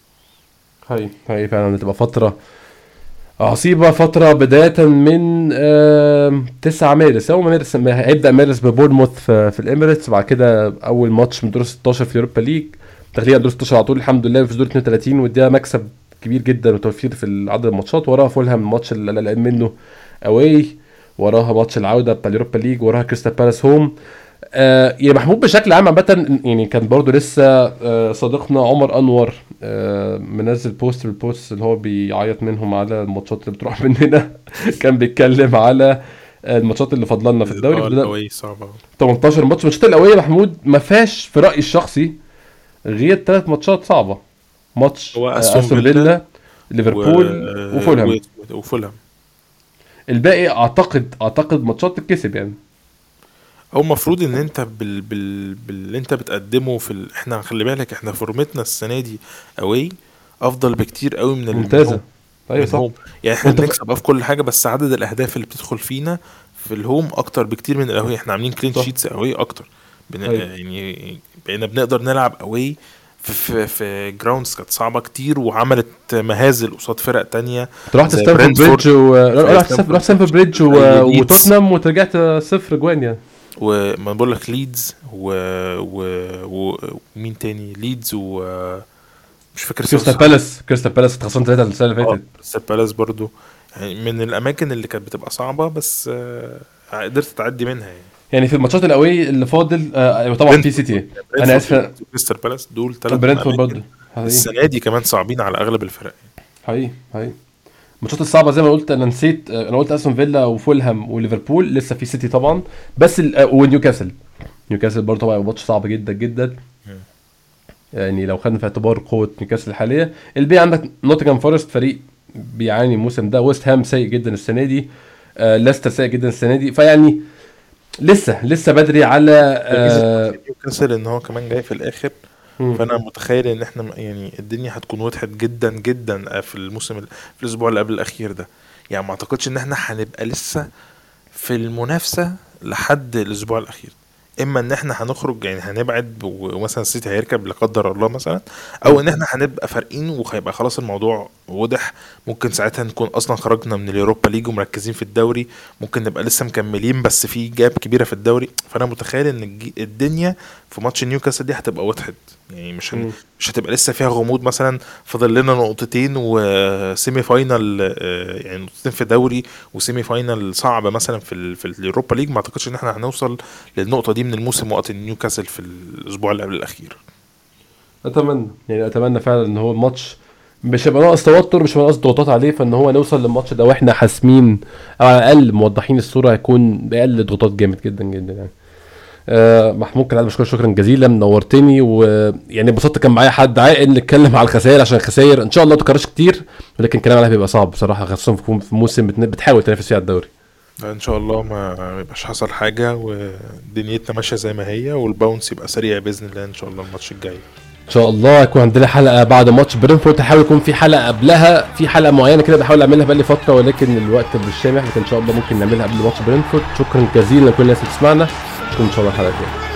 هاي هاي فعلا هتبقى فتره عصيبة، فترة بداية من آم، تسعة مارس. أول ما مارس ما هيبدأ مارس ببورنموث في, في الإميريتس، بعد كده أول ماتش من دور ستاشر في اليوروبا ليج، تخليها دور ستاشر على طول الحمد لله في دور اتنين وتلاتين، وده مكسب كبير جدا وتوفير في عدد الماتشات. وراها فولهام الماتش اللي قلقان منه أواي، وراها ماتش العودة بتاع اليوروبا ليج، وراها كريستال بالاس هوم. آه يا محمود بشكل عام عامة يعني كان برضو لسه آه صديقنا عمر أنور آه منزل بوست بالبوست اللي هو بيعيط منهم على الماتشات اللي بتروح مننا كان بيتكلم على آه، الماتشات اللي فضلنا في الدوري اه فضلنا الاوي صعبه. تمنتاشر ماتش. الماتشات القوية يا محمود ما فيهاش في رأيي الشخصي غير ثلاث ماتشات صعبة: ماتش هو آه، استون أستون فيلا فيلا، و... ليفربول، وفولهام. و... وفولهام. الباقي أعتقد أعتقد ماتشات تتكسب يعني. هو المفروض ان انت بال... بال... باللي انت بتقدمه في ال... احنا خلي بالك احنا فورمتنا السنه دي اوي افضل بكتير قوي من ال... من ممتازة. هوم. أيوة من صح. هوم يعني احنا وأنت ف... بنكسب اه في كل حاجه، بس عدد الاهداف اللي بتدخل فينا في الهوم اكتر بكتير من الاوي. احنا عاملين كلين صح. شيتس اوي اكتر. بن... أيوة. يعني بقينا بنقدر نلعب اوي في في, في جراوندز كانت صعبه كتير، وعملت مهازل قصاد فرق تانية رحت زي ستانفورد برينفورد. بريدج و... زي رحت ستانفورد رحت ستانفورد ستانفورد بريدج و... زي ليدز. وتوتنهام وترجعت صفر جوان يعني. وما بقول لك ليدز و... و... و... ومين تاني ليدز و مش فاكر اسمه كريستال الصراحة. بالاس كريستال بالاس اتخصم ثلاثة السنة اللي اه فاتت. بس بالاس برضو يعني من الاماكن اللي كانت بتبقى صعبة، بس آه، قدرت تعدي منها يعني. يعني في الماتشات القوية اللي فاضل آه طبعا في برينفورد سيتي. انا برينفورد اسف. وليدز وكريستال بالاس دول ثلاث برينتفورد اماكن برضه حقيقي السنة دي كمان صعبين على اغلب الفرق. حقيقي حقيقي. الماتشات الصعبة زي ما قلت انا نسيت، آه، انا قلت استون فيلا وفولهام وليفربول، لسه في سيتي طبعا بس ال... آه، ونيوكاسل. نيوكاسل برضه طبعا ماتش صعب جدا جدا مم. يعني لو خدنا في اعتبار قوة نيوكاسل الحالية. الباقي عندك نوتنغهام فورست فريق بيعاني الموسم ده، ويست هام سيء جدا السنة دي، آه ليستر سيء جدا السنة دي، فيعني لسه لسه بدري على ميزة آه نيوكاسل ان هو كمان جاي في الاخر، مم. فانا متخيل ان احنا م- يعني الدنيا هتكون وضحت جدا جدا في الموسم ال- في الاسبوع اللي قبل الاخير ده. يعني ما اعتقدش ان احنا هنبقى لسه في المنافسة لحد الاسبوع الاخير. اما ان احنا هنخرج يعني هنبعد ومثلا السيتي هيركب لا قدر الله مثلا، او مم. ان احنا هنبقى فارقين وهيبقى خلاص الموضوع واضح. ممكن ساعتها نكون اصلا خرجنا من اليوروبا ليج ومركزين في الدوري، ممكن نبقى لسه مكملين بس في جاب كبيرة في الدوري. فانا متخيل ان الج- الدنيا في ماتش نيوكاسل دي هتبقى وضحت. يعني مش هن... مم. مش هتبقى لسه فيها غموض مثلا فاضل لنا نقطتين وسيمي فاينال، آه، يعني نقطتين في دوري وسيمي فاينال صعبة مثلا في ال... في اليوروبا ليج. ما اعتقدش ان احنا هنوصل للنقطة دي من الموسم وقت نيوكاسل في الاسبوع اللي قبل الاخير. اتمنى يعني اتمنى فعلا ان هو الماتش مش هيبقى ناقص توتر، مش هيبقى ناقص ضغوطات عليه، فان هو نوصل للماتش ده واحنا حاسمين او على الاقل موضحين الصوره، هيكون باقل ضغوطات جامد جدا جدا يعني. آه محمود كان بشكرك شكرا جزيلا، نورتني، ويعني انبسطت كان معايا حد عاقل نتكلم على الخسائر، عشان الخسائر ان شاء الله ما تكررش كتير، ولكن الكلام عليها بيبقى صعب بصراحه، خاصه في في موسم بتن- بتحاول تنافس فيه على الدوري. ان شاء الله ما ما يبقاش حصل حاجة ودنيتنا ماشية زي ما هي، والباونس يبقى سريع بإذن الله ان شاء الله الماتش الجاي. ان شاء الله هيكون عندنا حلقه بعد ماتش برينفورد، هحاول يكون في حلقه قبلها، في حلقه معينه كده بحاول اعملها بقالي فتره ولكن الوقت مش سامح، لكن ان شاء الله ممكن نعملها قبل ماتش برينفورد. شكرا جزيلا لكل الناس اللي بتسمعنا، اشوفكم ان شاء الله الحلقه الجايه.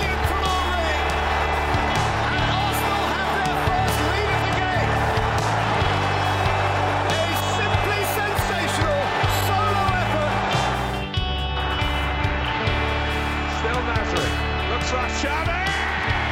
Simply sensational, solo effort. Still Nazareth, looks like Xavi!